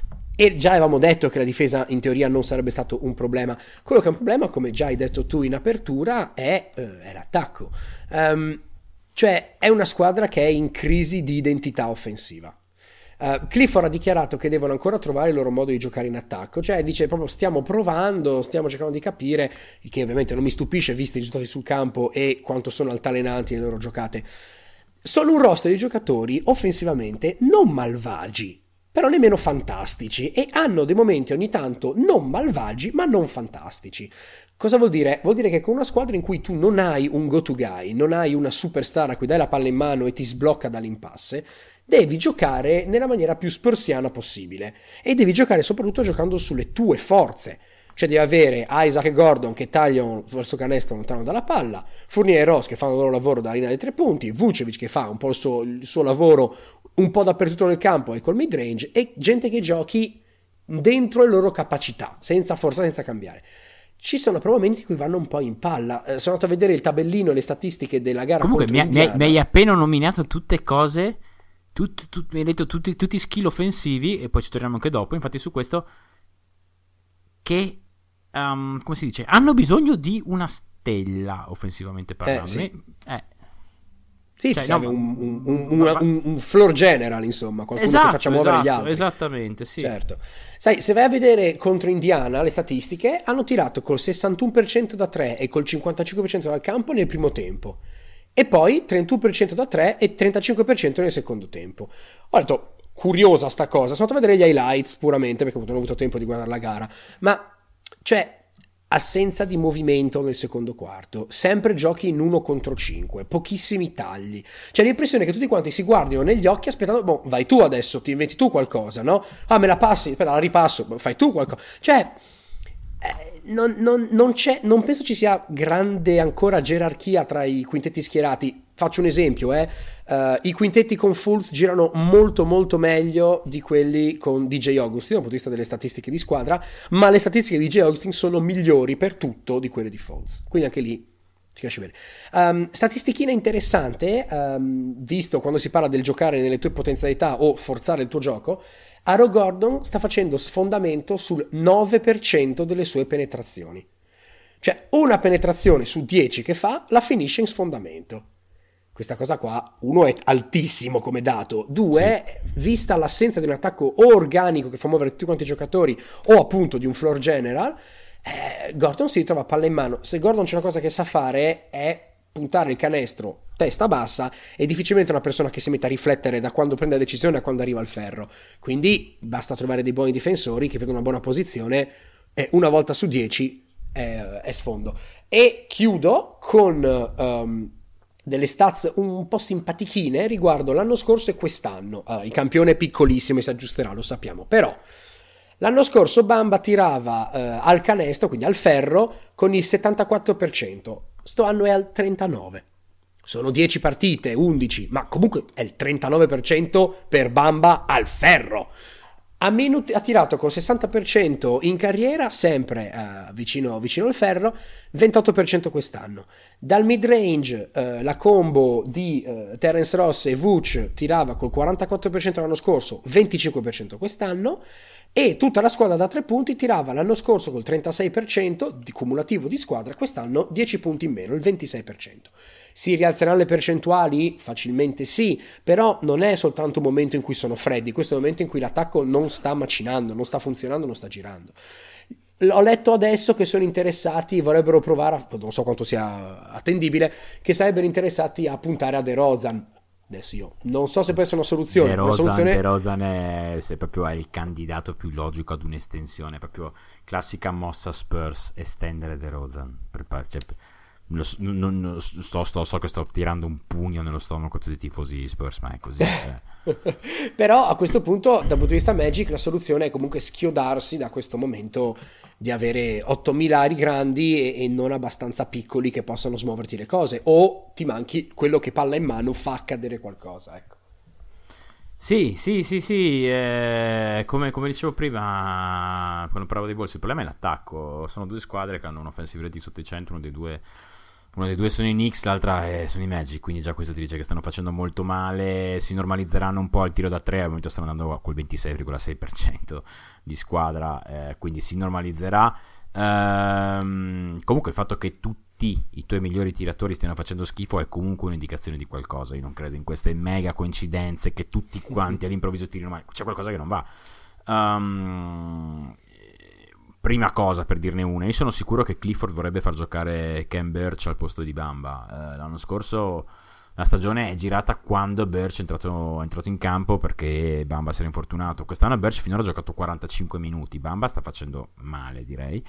e già avevamo detto che la difesa in teoria non sarebbe stato un problema. Quello che è un problema, come già hai detto tu in apertura, è, eh, è l'attacco. Um, Cioè è una squadra che è in crisi di identità offensiva. uh, Clifford ha dichiarato che devono ancora trovare il loro modo di giocare in attacco. Cioè dice proprio stiamo provando, stiamo cercando di capire, il che ovviamente non mi stupisce visti i risultati sul campo e quanto sono altalenanti le loro giocate. Sono un roster di giocatori offensivamente non malvagi, però nemmeno fantastici, e hanno dei momenti ogni tanto non malvagi ma non fantastici. Cosa vuol dire? Vuol dire che con una squadra in cui tu non hai un go-to guy, non hai una superstar a cui dai la palla in mano e ti sblocca dall'impasse, devi giocare nella maniera più spursiana possibile e devi giocare soprattutto giocando sulle tue forze. Cioè devi avere Isaac e Gordon che tagliano verso canestro lontano dalla palla, Fournier e Ross che fanno il loro lavoro dalla linea dei tre punti, Vucevic che fa un po' il suo, il suo lavoro un po' dappertutto nel campo e col mid range, e gente che giochi dentro le loro capacità, senza forza, senza cambiare. Ci sono però momenti in cui vanno un po' in palla. Eh, sono andato a vedere il tabellino e le statistiche della gara. Comunque mi, mi, hai, mi hai appena nominato tutte cose, tut, tut, mi hai detto tutti, tutti skill offensivi, e poi ci torniamo anche dopo, infatti su questo, che um, come si dice, hanno bisogno di una stella offensivamente parlando. Eh, sì. eh. Sì, cioè, serve no, un, un, un, una, un, un floor general, insomma, qualcuno esatto, che faccia muovere esatto, gli altri. Esattamente, sì. Certo. Sai, se vai a vedere contro Indiana le statistiche, hanno tirato col sessantuno per cento da tre e col cinquantacinque per cento dal campo nel primo tempo, e poi trentuno per cento da tre e trentacinque per cento nel secondo tempo. Ho detto, curiosa sta cosa, sono andato a vedere gli highlights puramente perché non ho avuto tempo di guardare la gara, ma cioè assenza di movimento nel secondo quarto, sempre giochi in uno contro cinque, pochissimi tagli, c'è l'impressione che tutti quanti si guardino negli occhi aspettando, boh, vai tu adesso, ti inventi tu qualcosa, no? Ah, me la passi, aspetta, la ripasso, fai tu qualcosa, cioè eh, non, non, non c'è, non penso ci sia grande ancora gerarchia tra i quintetti schierati. Faccio un esempio, eh. Uh, i quintetti con Fultz girano molto molto meglio di quelli con D J Augustin dal punto di vista delle statistiche di squadra, ma le statistiche di D J Augustin sono migliori per tutto di quelle di Fultz, quindi anche lì si capisce bene. Um, statistichina interessante, um, visto quando si parla del giocare nelle tue potenzialità o forzare il tuo gioco, Aaron Gordon sta facendo sfondamento sul nove per cento delle sue penetrazioni, cioè una penetrazione su dieci che fa la finisce in sfondamento. Questa cosa qua, uno, è altissimo come dato, due, sì, vista l'assenza di un attacco o organico che fa muovere tutti quanti i giocatori o appunto di un floor general, eh, Gordon si ritrova palla in mano. Se Gordon c'è una cosa che sa fare è puntare il canestro testa bassa, è difficilmente una persona che si mette a riflettere da quando prende la decisione a quando arriva al ferro, quindi basta trovare dei buoni difensori che prendono una buona posizione e una volta su dieci è, è sfondo. E chiudo con um, delle stats un po' simpatichine riguardo l'anno scorso e quest'anno. Allora, il campione è piccolissimo e si aggiusterà, lo sappiamo, però l'anno scorso Bamba tirava uh, al canestro, quindi al ferro, con il settantaquattro per cento, sto anno è al trentanove per cento. Sono dieci partite, undici, ma comunque è il trentanove per cento per Bamba al ferro. Ha, minut- ha tirato col sessanta per cento in carriera, sempre uh, vicino, vicino al ferro, ventotto per cento quest'anno. Dal mid-range uh, la combo di uh, Terence Ross e Vooch tirava col quarantaquattro per cento l'anno scorso, venticinque per cento quest'anno, e tutta la squadra da tre punti tirava l'anno scorso col trentasei per cento di cumulativo di squadra, quest'anno dieci punti in meno, il ventisei per cento. Si rialzeranno le percentuali? Facilmente sì, però non è soltanto un momento in cui sono freddi, questo è un momento in cui l'attacco non sta macinando, non sta funzionando, non sta girando. Ho letto adesso che sono interessati, vorrebbero provare, a, non so quanto sia attendibile, che sarebbero interessati a puntare a DeRozan. Adesso io non so se può essere una soluzione. DeRozan, una soluzione... DeRozan è, se proprio è il candidato più logico ad un'estensione, proprio classica mossa Spurs, estendere DeRozan. Prepar- cioè, Lo, non, non, sto, sto, so che sto tirando un pugno nello stomaco a tutti i tifosi Spurs, ma è così, cioè. Però a questo punto, dal punto di vista Magic, la soluzione è comunque schiodarsi da questo momento di avere ottomila ari grandi e, e non abbastanza piccoli che possano smuoverti le cose, o ti manchi quello che palla in mano fa accadere qualcosa, ecco. Sì, sì, sì, sì, eh, come, come dicevo prima quando parlavo dei Bulls, il problema è l'attacco. Sono due squadre che hanno un offensive rating sotto i cento, uno dei due uno dei due sono i Knicks, l'altra è, sono i Magic, quindi già questo ti dice che stanno facendo molto male. Si normalizzeranno un po' il tiro da tre, al momento stanno andando col ventisei virgola sei per cento di squadra, eh, quindi si normalizzerà. Ehm, comunque il fatto che tutti i tuoi migliori tiratori stiano facendo schifo è comunque un'indicazione di qualcosa. Io non credo in queste mega coincidenze che tutti quanti all'improvviso tirino male, c'è qualcosa che non va. Um, prima cosa, per dirne una, io sono sicuro che Clifford vorrebbe far giocare Ken Birch al posto di Bamba. Uh, l'anno scorso la stagione è girata quando Birch è entrato, è entrato in campo perché Bamba si era infortunato. Quest'anno Birch finora ha giocato quarantacinque minuti, Bamba sta facendo male, direi.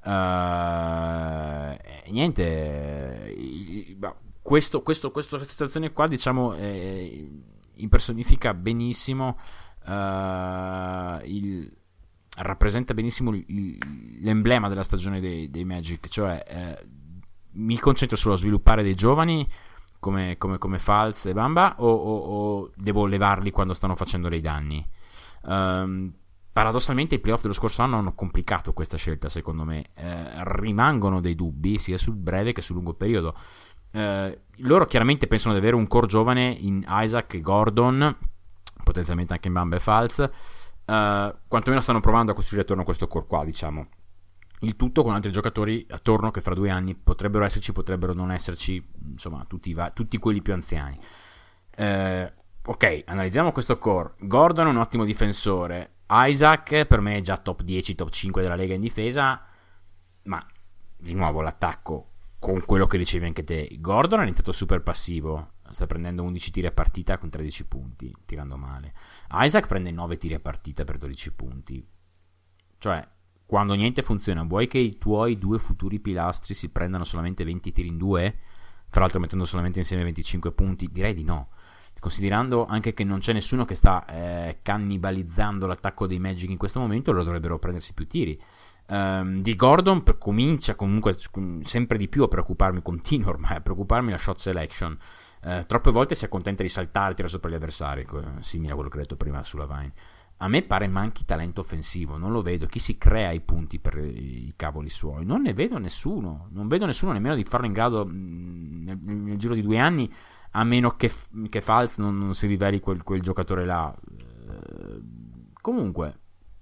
Uh, niente, questo, questo, questo, questa situazione qua, diciamo, eh, impersonifica benissimo, uh, il, rappresenta benissimo il, l'emblema della stagione dei, dei Magic, cioè eh, mi concentro sullo sviluppare dei giovani come, come, come Fultz e Bamba o, o, o devo levarli quando stanno facendo dei danni. Um, paradossalmente i playoff dello scorso anno hanno complicato questa scelta, secondo me. Eh, rimangoano dei dubbi sia sul breve che sul lungo periodo. Eh, loro chiaramente pensano di avere un core giovane in Isaac e Gordon, potenzialmente anche in Bamba e Fultz. Eh, quantomeno stanno provando a costruire attorno a questo core qua, diciamo. Il tutto con altri giocatori attorno che fra due anni potrebbero esserci, potrebbero non esserci, insomma, tutti, va- tutti quelli più anziani. Eh, ok, analizziamo questo core. Gordon è un ottimo difensore. Isaac per me è già top dieci, top cinque della Lega in difesa, ma di nuovo l'attacco, con quello che dicevi anche te, Gordon ha iniziato super passivo, uh, sta prendendo undici tiri a partita con tredici punti, tirando male. Isaac prende nove tiri a partita per dodici punti. Cioè, quando niente funziona, vuoi che i tuoi due futuri pilastri si prendano solamente venti tiri in due? Fra l'altro mettendo solamente insieme venticinque punti? Direi di no. Considerando anche che non c'è nessuno che sta eh, cannibalizzando l'attacco dei Magic in questo momento, loro dovrebbero prendersi più tiri. Um, di Gordon per, comincia comunque sempre di più a preoccuparmi, continua ormai a preoccuparmi la shot selection. Uh, troppe volte si accontenta di saltare, tirare sopra gli avversari, simile a quello che ho detto prima sulla Vine. A me pare manchi talento offensivo, non lo vedo. Chi si crea i punti per i cavoli suoi? Non ne vedo nessuno, non vedo nessuno nemmeno di farlo in grado mh, nel, nel giro di due anni, a meno che, che Fultz non, non si riveli quel, quel giocatore là. Uh, comunque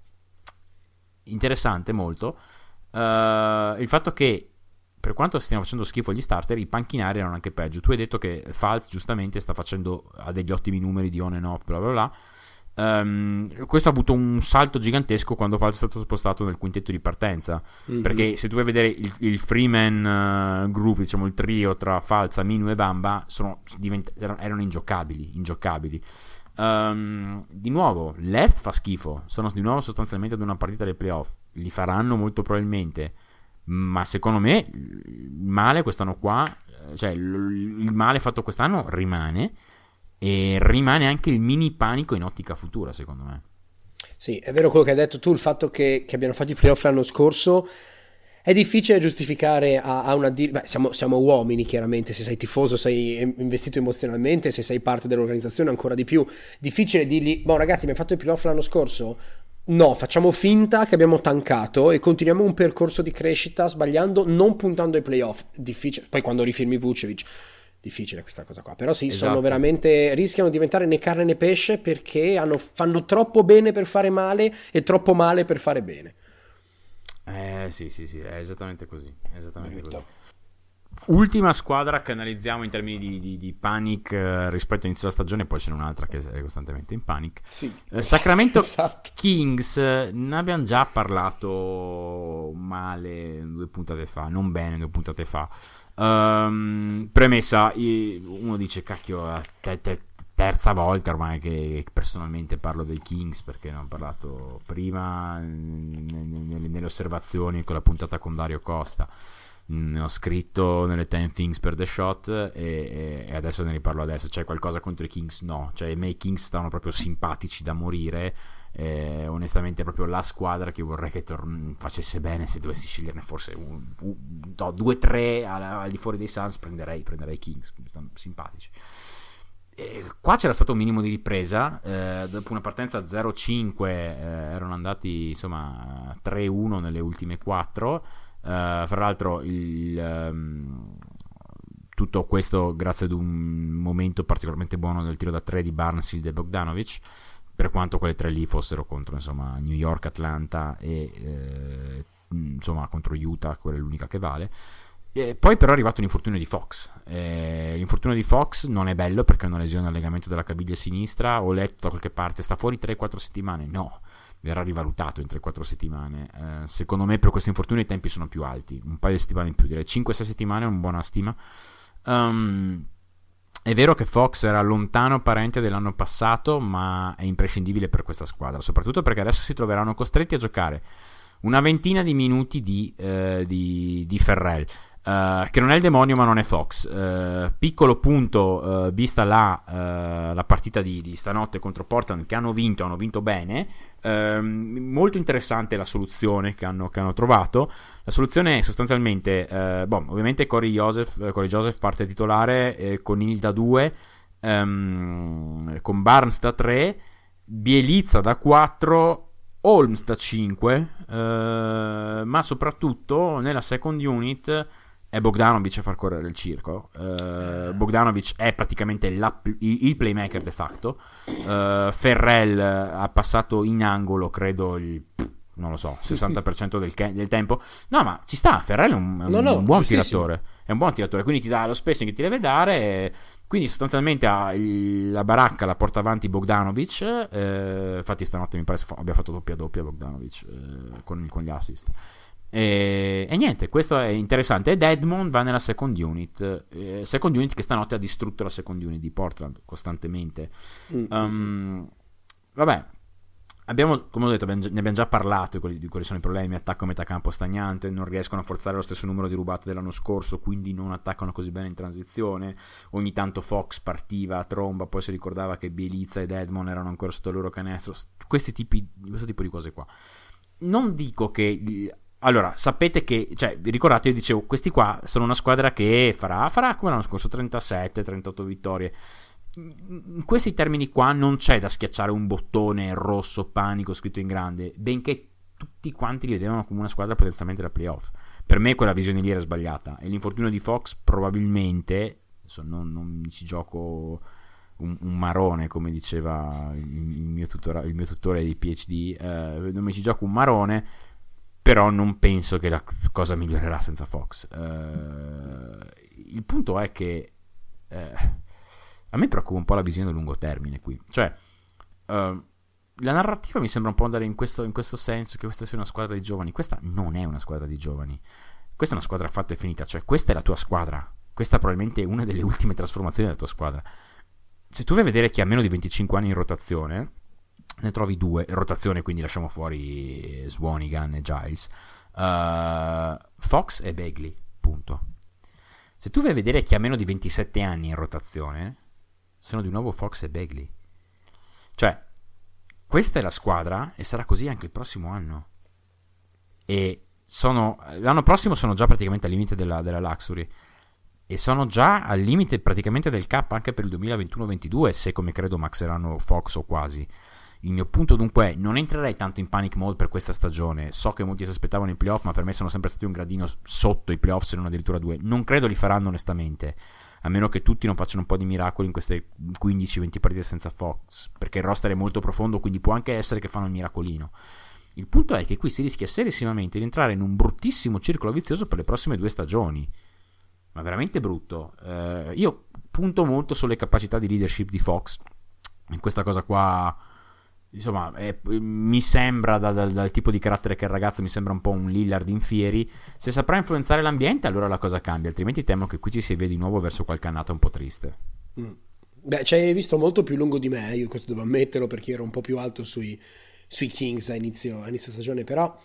interessante molto uh, il fatto che, per quanto stiano facendo schifo gli starter, i panchinari erano anche peggio. Tu hai detto che Fultz giustamente sta facendo, ha degli ottimi numeri di on and off, bla bla bla. Um, questo ha avuto un salto gigantesco quando Fultz è stato spostato nel quintetto di partenza, mm-hmm. perché se tu vuoi vedere il, il Freeman uh, group, diciamo il trio tra Fultz, Aminu e Bamba, sono, divent- erano ingiocabili ingiocabili um, di nuovo Left fa schifo, sono di nuovo sostanzialmente ad una partita dei playoff, li faranno molto probabilmente, ma secondo me il male quest'anno qua, cioè il male fatto quest'anno rimane, e rimane anche il mini panico in ottica futura, secondo me. Sì, è vero quello che hai detto tu, il fatto che, che abbiano fatto i playoff l'anno scorso è difficile giustificare a, a una... Beh, siamo, siamo uomini, chiaramente, se sei tifoso sei investito emozionalmente, se sei parte dell'organizzazione ancora di più. Difficile dirgli, boh ragazzi, abbiamo fatto i playoff l'anno scorso? No, facciamo finta che abbiamo tancato e continuiamo un percorso di crescita sbagliando, non puntando ai playoff. Difficile, poi quando rifirmi Vucevic... difficile questa cosa qua, però sì, esatto. Sono veramente, rischiano di diventare né carne né pesce, perché hanno, fanno troppo bene per fare male e troppo male per fare bene. Eh sì sì sì, è esattamente così, è esattamente così. Ultima squadra che analizziamo in termini di, di, di panic eh, rispetto all'inizio della stagione, poi c'è un'altra che è costantemente in panic. Sì, eh, Sacramento esatto. Kings, ne abbiamo già parlato male due puntate fa, non bene due puntate fa. Um, premessa, uno dice cacchio, te, te, terza volta ormai che personalmente parlo dei Kings, perché ne ho parlato prima nelle, nelle osservazioni con la puntata con Dario Costa, ne ho scritto nelle ten things per the shot e, e adesso ne riparlo adesso. C'è qualcosa contro i Kings? No, cioè i miei Kings stanno proprio simpatici da morire. Eh, onestamente è proprio la squadra che vorrei che tor- facesse bene. Se dovessi sceglierne forse un, un, no, due o tre al, al di fuori dei Suns, prenderei, prenderei i Kings, stanno simpatici. E qua c'era stato un minimo di ripresa, eh, dopo una partenza zero cinque eh, erano andati insomma tre uno nelle ultime quattro. Uh, fra l'altro il, um, tutto questo grazie ad un momento particolarmente buono del tiro da tre di Barnesfield e Bogdanovic, per quanto quelle tre lì fossero contro insomma New York, Atlanta e eh, insomma contro Utah, quella è l'unica che vale. E poi però è arrivato l'infortunio di Fox. Eh, l'infortunio di Fox non è bello perché è una lesione al legamento della caviglia sinistra. Ho letto da qualche parte sta fuori tre quattro settimane. No, verrà rivalutato in tre quattro settimane. Eh, secondo me per questo infortunio i tempi sono più alti, un paio di settimane in più, direi cinque sei settimane è una buona stima. Um, è vero che Fox era lontano parente dell'anno passato, ma è imprescindibile per questa squadra, soprattutto perché adesso si troveranno costretti a giocare una ventina di minuti di, eh, di, di Ferrell. Uh, che non è il demonio ma non è Fox. Uh, piccolo punto, uh, vista la, uh, la partita di, di stanotte contro Portland, che hanno vinto, hanno vinto bene. Uh, molto interessante la soluzione che hanno, che hanno trovato. La soluzione è sostanzialmente uh, boh, ovviamente Corey Joseph, Corey Joseph parte titolare, eh, con il da due, um, con Barnes da tre, Bielizza da quattro, Holmes da cinque, uh, ma soprattutto nella second unit è Bogdanovic a far correre il circo. uh, Bogdanovic è praticamente la, il, il playmaker de facto. uh, Ferrell ha passato in angolo credo il non lo so sessanta per cento del, del tempo. No, ma ci sta, Ferrell è un, è no, un, no, un buon tiratore, è un buon tiratore, quindi ti dà lo spacing che ti deve dare, e quindi sostanzialmente ha il, la baracca la porta avanti Bogdanovic. eh, infatti stanotte mi pare abbia fatto doppia doppia Bogdanovic, eh, con, con gli assist. E, e niente, questo è interessante. Ed Edmond va nella second unit, eh, second unit che stanotte ha distrutto la second unit di Portland costantemente. Mm. Um, vabbè, abbiamo, come ho detto, ne abbiamo già parlato di quelli, di quali sono i problemi. Attacco a metà campo stagnante, non riescono a forzare lo stesso numero di rubate dell'anno scorso, quindi non attaccano così bene in transizione. Ogni tanto Fox partiva a tromba, poi si ricordava che Bjelica ed Edmond erano ancora sotto il loro canestro. Questi tipi, questo tipo di cose qua. Non dico che... Allora, sapete che, cioè, vi ricordate, io dicevo, questi qua sono una squadra che farà, farà come l'anno scorso, trentasette trentotto vittorie. In questi termini qua non c'è da schiacciare un bottone rosso, panico, scritto in grande, benché tutti quanti li vedevano come una squadra potenzialmente da playoff. Per me quella visione lì era sbagliata, e l'infortunio di Fox probabilmente, adesso non, non ci gioco un, un marone, come diceva il, il, mio, tutora, il mio tutore di P H D, eh, non mi ci gioco un marone, però non penso che la cosa migliorerà senza Fox. Uh, il punto è che uh, a me preoccupa un po' la visione a lungo termine qui. Cioè, uh, la narrativa mi sembra un po' andare in questo, in questo senso, che questa sia una squadra di giovani. Questa non è una squadra di giovani. Questa è una squadra fatta e finita. Cioè, questa è la tua squadra. Questa probabilmente è una delle ultime trasformazioni della tua squadra. Se tu vai a vedere chi ha meno di venticinque anni in rotazione, ne trovi due, rotazione, quindi lasciamo fuori Swanigan e Giles, uh, Fox e Bagley, punto. Se tu vai a vedere chi ha meno di ventisette anni in rotazione, sono di nuovo Fox e Bagley. Cioè, questa è la squadra e sarà così anche il prossimo anno. E sono, l'anno prossimo sono già praticamente al limite della, della Luxury, e sono già al limite praticamente del cap anche per il duemilaventuno ventidue, se come credo maxeranno Fox o quasi. Il mio punto dunque è: non entrerei tanto in panic mode per questa stagione. So che molti si aspettavano i playoff, ma per me sono sempre stati un gradino sotto i playoff, se non addirittura due. Non credo li faranno onestamente, a meno che tutti non facciano un po' di miracoli in queste quindici venti partite senza Fox, perché il roster è molto profondo, quindi può anche essere che fanno il miracolino. Il punto è che qui si rischia serissimamente di entrare in un bruttissimo circolo vizioso per le prossime due stagioni, ma veramente brutto. eh, io punto molto sulle capacità di leadership di Fox in questa cosa qua. Insomma, è, mi sembra da, da, dal tipo di carattere che è il ragazzo, mi sembra un po' un Lillard in fieri. Se saprà influenzare l'ambiente, allora la cosa cambia, altrimenti temo che qui ci si veda di nuovo verso qualche annata un po' triste. mm. Beh, ci hai visto molto più lungo di me, io questo devo ammetterlo, perché ero un po' più alto sui, sui Kings a inizio, a inizio stagione, però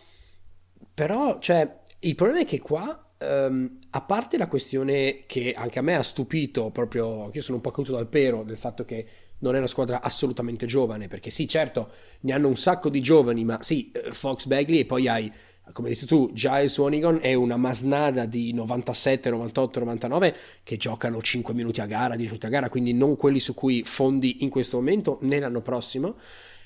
però cioè il problema è che qua um, a parte la questione che anche a me ha stupito, proprio io sono un po' caduto dal pero del fatto che non è una squadra assolutamente giovane, perché sì, certo, ne hanno un sacco di giovani, ma sì, Fox, Bagley, e poi hai, come hai detto tu, Giles, Swanigan, è una masnada di novantasette, novantotto, novantanove che giocano cinque minuti a gara, dieci minuti a gara, quindi non quelli su cui fondi in questo momento né l'anno prossimo.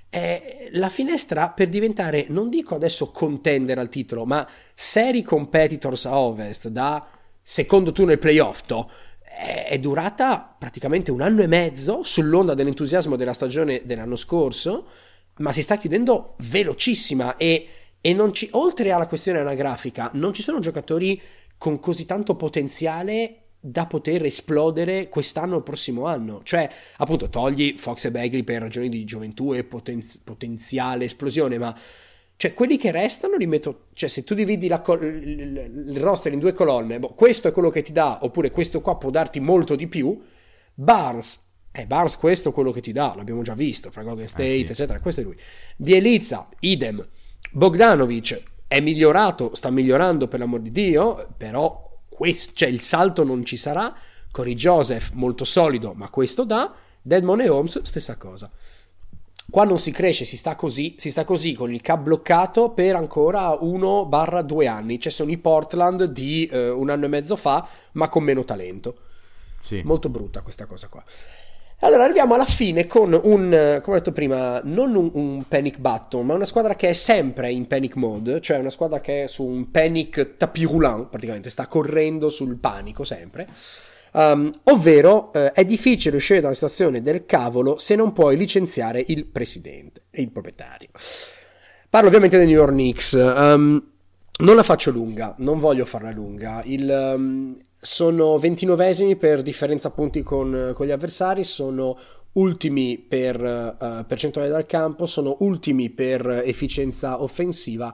È la finestra per diventare, non dico adesso contender al titolo, ma seri competitors a Ovest da secondo turno ai playoff, to, è durata praticamente un anno e mezzo sull'onda dell'entusiasmo della stagione dell'anno scorso, ma si sta chiudendo velocissima e, e non ci, oltre alla questione anagrafica, non ci sono giocatori con così tanto potenziale da poter esplodere quest'anno o il prossimo anno. Cioè, appunto, togli Fox e Bagley per ragioni di gioventù e potenzi- potenziale esplosione, ma cioè quelli che restano li metto, cioè se tu dividi la col- il, il roster in due colonne, boh, questo è quello che ti dà, oppure questo qua può darti molto di più. Barnes, eh Barnes questo è quello che ti dà, l'abbiamo già visto fra Golden State, eh sì, eccetera, questo è lui. Bjelica, idem. Bogdanovic è migliorato, sta migliorando per l'amor di Dio, però questo, cioè il salto non ci sarà. Corey Joseph molto solido, ma questo dà. Dedmon e Holmes stessa cosa. Qua non si cresce, si sta così, si sta così con il cap bloccato per ancora uno barra due anni. Cioè sono i Portland di eh, un anno e mezzo fa, ma con meno talento. Sì. Molto brutta questa cosa qua. Allora arriviamo alla fine con un, come ho detto prima, non un, un panic button, ma una squadra che è sempre in panic mode, cioè una squadra che è su un panic tapis roulant, praticamente sta correndo sul panico sempre. Um, ovvero eh, è difficile uscire da una situazione del cavolo se non puoi licenziare il presidente e il proprietario. Parlo ovviamente dei New York Knicks. Um, non la faccio lunga, non voglio farla lunga. Il, um, sono ventinovesimi per differenza punti con, con gli avversari, sono ultimi per uh, percentuale dal campo, sono ultimi per efficienza offensiva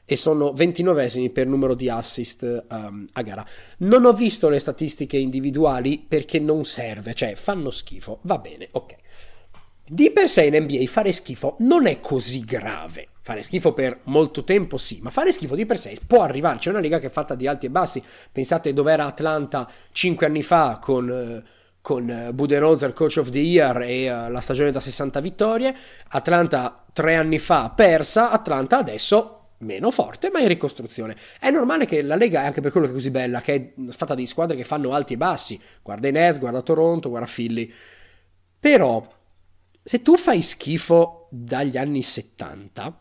e sono ventinovesimi per numero di assist um, a gara. Non ho visto le statistiche individuali perché non serve, cioè fanno schifo, va bene, ok. Di per sé in N B A fare schifo non è così grave. Fare schifo per molto tempo sì, ma fare schifo di per sé può arrivare. C'è una liga che è fatta di alti e bassi. Pensate dove era Atlanta cinque anni fa con, uh, con uh, Budenholzer Coach of the Year e uh, la stagione da sessanta vittorie. Atlanta tre anni fa persa, Atlanta adesso meno forte ma in ricostruzione. È normale che la Lega è anche per quello che è così bella, che è fatta di squadre che fanno alti e bassi. Guarda i Nets, guarda Toronto, guarda Philly. Però se tu fai schifo dagli anni settanta,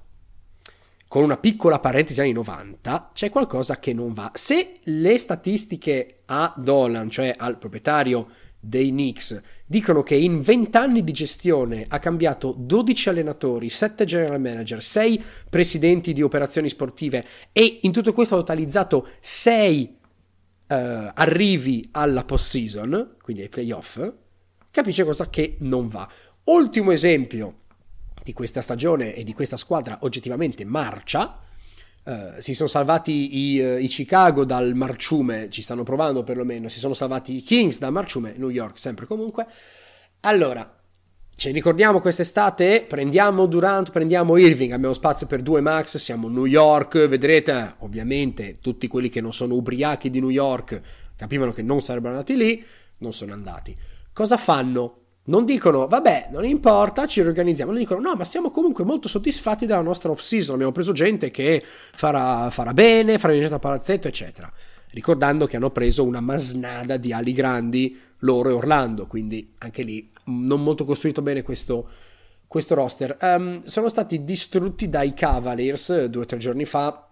con una piccola parentesi anni novanta, c'è qualcosa che non va. Se le statistiche a Dolan, cioè al proprietario dei Knicks, dicono che in venti anni di gestione ha cambiato dodici allenatori, sette general manager, sei presidenti di operazioni sportive e in tutto questo ha totalizzato sei uh, arrivi alla postseason, quindi ai playoff, capisce cosa che non va. Ultimo esempio di questa stagione e di questa squadra oggettivamente marcia, uh, si sono salvati i, uh, i Chicago dal marciume, ci stanno provando perlomeno, si sono salvati i Kings dal marciume, New York sempre comunque. Allora, ci ricordiamo quest'estate, prendiamo Durant, prendiamo Irving, abbiamo spazio per due max, siamo New York, vedrete, ovviamente tutti quelli che non sono ubriachi di New York capivano che non sarebbero andati lì, non sono andati. Cosa fanno? Non dicono, vabbè, non importa, ci riorganizziamo. Non dicono, no, ma siamo comunque molto soddisfatti della nostra off-season. Abbiamo preso gente che farà, farà bene, farà viaggiata a palazzetto, eccetera. Ricordando che hanno preso una masnada di ali grandi, loro e Orlando. Quindi anche lì non molto costruito bene questo, questo roster. Um, sono stati distrutti dai Cavaliers due o tre giorni fa.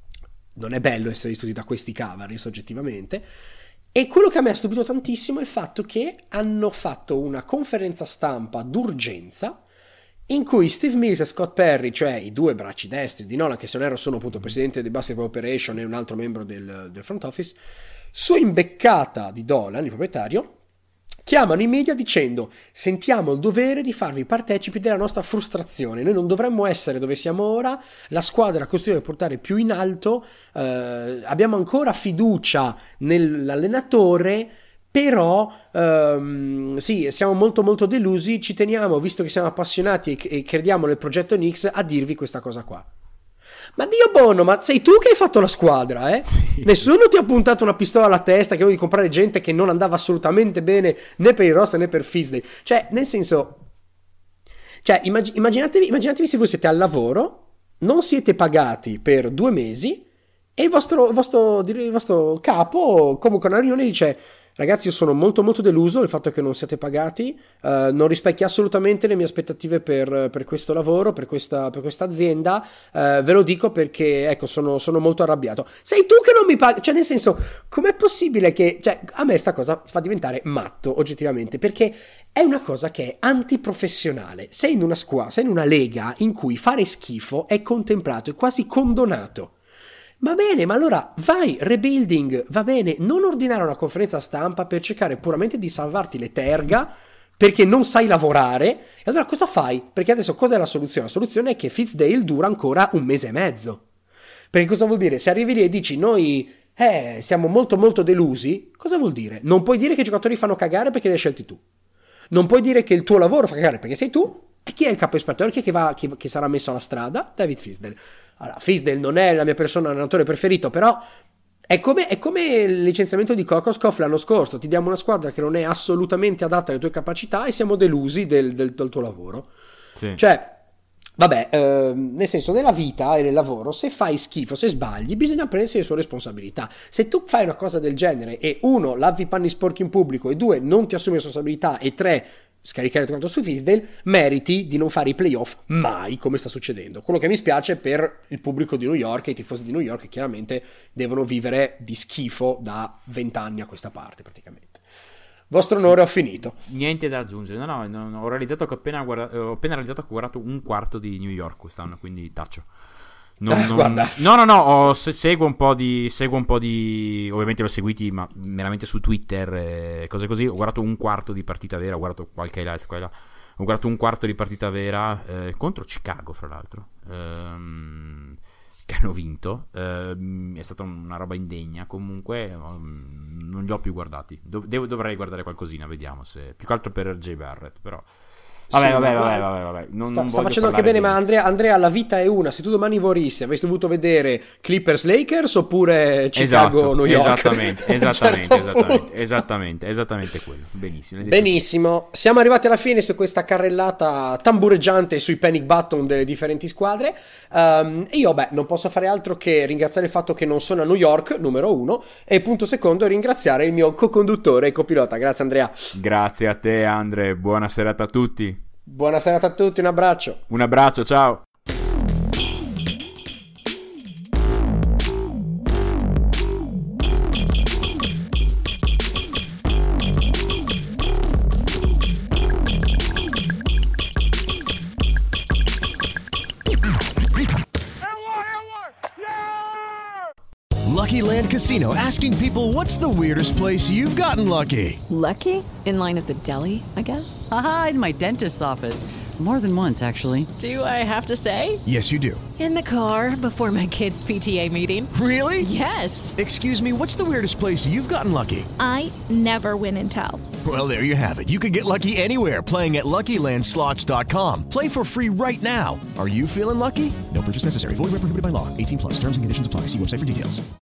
Non è bello essere distrutti da questi Cavaliers, oggettivamente. E quello che a me ha stupito tantissimo è il fatto che hanno fatto una conferenza stampa d'urgenza in cui Steve Mills e Scott Perry, cioè i due bracci destri di Nolan, che se non erro sono appunto presidente di Basketball Operation e un altro membro del, del front office, su imbeccata di Dolan, il proprietario, chiamano i media dicendo: sentiamo il dovere di farvi partecipi della nostra frustrazione, noi non dovremmo essere dove siamo ora, la squadra costruita per portare più in alto, eh, abbiamo ancora fiducia nell'allenatore, però ehm, sì, siamo molto molto delusi, ci teniamo, visto che siamo appassionati e, e crediamo nel progetto Knicks, a dirvi questa cosa qua. Ma Dio buono, ma sei tu che hai fatto la squadra, eh? Sì. Nessuno ti ha puntato una pistola alla testa che volevi comprare gente che non andava assolutamente bene né per il roster né per Fizdale. Cioè, nel senso, cioè, immag- immaginatevi, immaginatevi se voi siete al lavoro, non siete pagati per due mesi e il vostro, il vostro, il vostro capo comunque a una riunione dice: ragazzi, io sono molto molto deluso del fatto che non siate pagati, uh, non rispecchia assolutamente le mie aspettative per, per questo lavoro, per questa, per questa azienda, uh, ve lo dico perché, ecco, sono, sono molto arrabbiato. Sei tu che non mi paghi? Cioè, nel senso, com'è possibile che... Cioè, a me sta cosa fa diventare matto, oggettivamente, perché è una cosa che è antiprofessionale. Sei in una squadra, sei in una lega in cui fare schifo è contemplato, è quasi condonato. Va bene, ma allora vai, rebuilding, va bene, non ordinare una conferenza stampa per cercare puramente di salvarti le terga perché non sai lavorare. E allora cosa fai? Perché adesso cosa è la soluzione? La soluzione è che Fizdale dura ancora un mese e mezzo. Perché cosa vuol dire? Se arrivi lì e dici noi eh, siamo molto molto delusi, cosa vuol dire? Non puoi dire che i giocatori fanno cagare perché li hai scelti tu. Non puoi dire che il tuo lavoro fa cagare perché sei tu. E chi è il capo esperto? Chi è che, va, chi, che sarà messo alla strada? David Fizdale. Allora, Fizdale non è la mia persona allenatore preferito, però è come, è come il licenziamento di Kokoskov l'anno scorso. Ti diamo una squadra che non è assolutamente adatta alle tue capacità e siamo delusi del, del, del tuo lavoro. Sì. Cioè, vabbè, eh, nel senso, nella vita e nel lavoro, se fai schifo, se sbagli, bisogna prendersi le sue responsabilità. Se tu fai una cosa del genere e uno, lavi i panni sporchi in pubblico, e due, non ti assumi responsabilità, e tre, scaricare tutto su Fizdale, meriti di non fare i playoff mai, come sta succedendo. Quello che mi spiace per il pubblico di New York e i tifosi di New York, che chiaramente devono vivere di schifo da vent'anni a questa parte praticamente. Vostro onore, ho finito. Niente da aggiungere. No, no, no, ho realizzato che ho appena, guardato, ho appena realizzato che ho guardato un quarto di New York quest'anno, quindi taccio. Non, non... Guarda. No, no, no, ho, se, seguo un po' di seguo un po' di ovviamente l'ho seguiti, ma meramente su Twitter e cose così. Ho guardato un quarto di partita vera, ho guardato qualche highlights qua e là. Ho guardato un quarto di partita vera eh, contro Chicago, fra l'altro. Ehm, che hanno vinto. Uh, è stata una roba indegna. Comunque um, non li ho più guardati. Dov- devo, dovrei guardare qualcosina, vediamo se, più che altro per R J Barrett, però Vabbè, Sì, vabbè, ma- vabbè, vabbè, vabbè. Non, Sta, non sta voglio facendo anche parlare bene, di ma Knicks. Andrea, Andrea, la vita è una. Se tu domani vorissi, avresti dovuto vedere Clippers Lakers oppure Chicago Esatto, New York. esattamente, A un esattamente, certo esattamente, punto. esattamente, esattamente quello. Benissimo. l'hai detto tu. Benissimo, siamo arrivati alla fine su questa carrellata tambureggiante sui panic button delle differenti squadre. Ehm, e io, beh, non posso fare altro che ringraziare il fatto che non sono a New York, numero uno, e punto secondo, ringraziare il mio co-conduttore e copilota. Grazie, Andrea. Grazie a te, Andre. Buona serata a tutti. Buona serata a tutti, un abbraccio. Un abbraccio, ciao. Lucky Land Casino, asking people, what's the weirdest place you've gotten lucky? Lucky? In line at the deli, I guess? Aha, in my dentist's office. More than once, actually. Do I have to say? Yes, you do. In the car before my kids' P T A meeting. Really? Yes. Excuse me, what's the weirdest place you've gotten lucky? I never win and tell. Well, there you have it. You can get lucky anywhere, playing at Lucky Land Slots dot com. Play for free right now. Are you feeling lucky? No purchase necessary. Void where prohibited by law. eighteen plus. Terms and conditions apply. See website for details.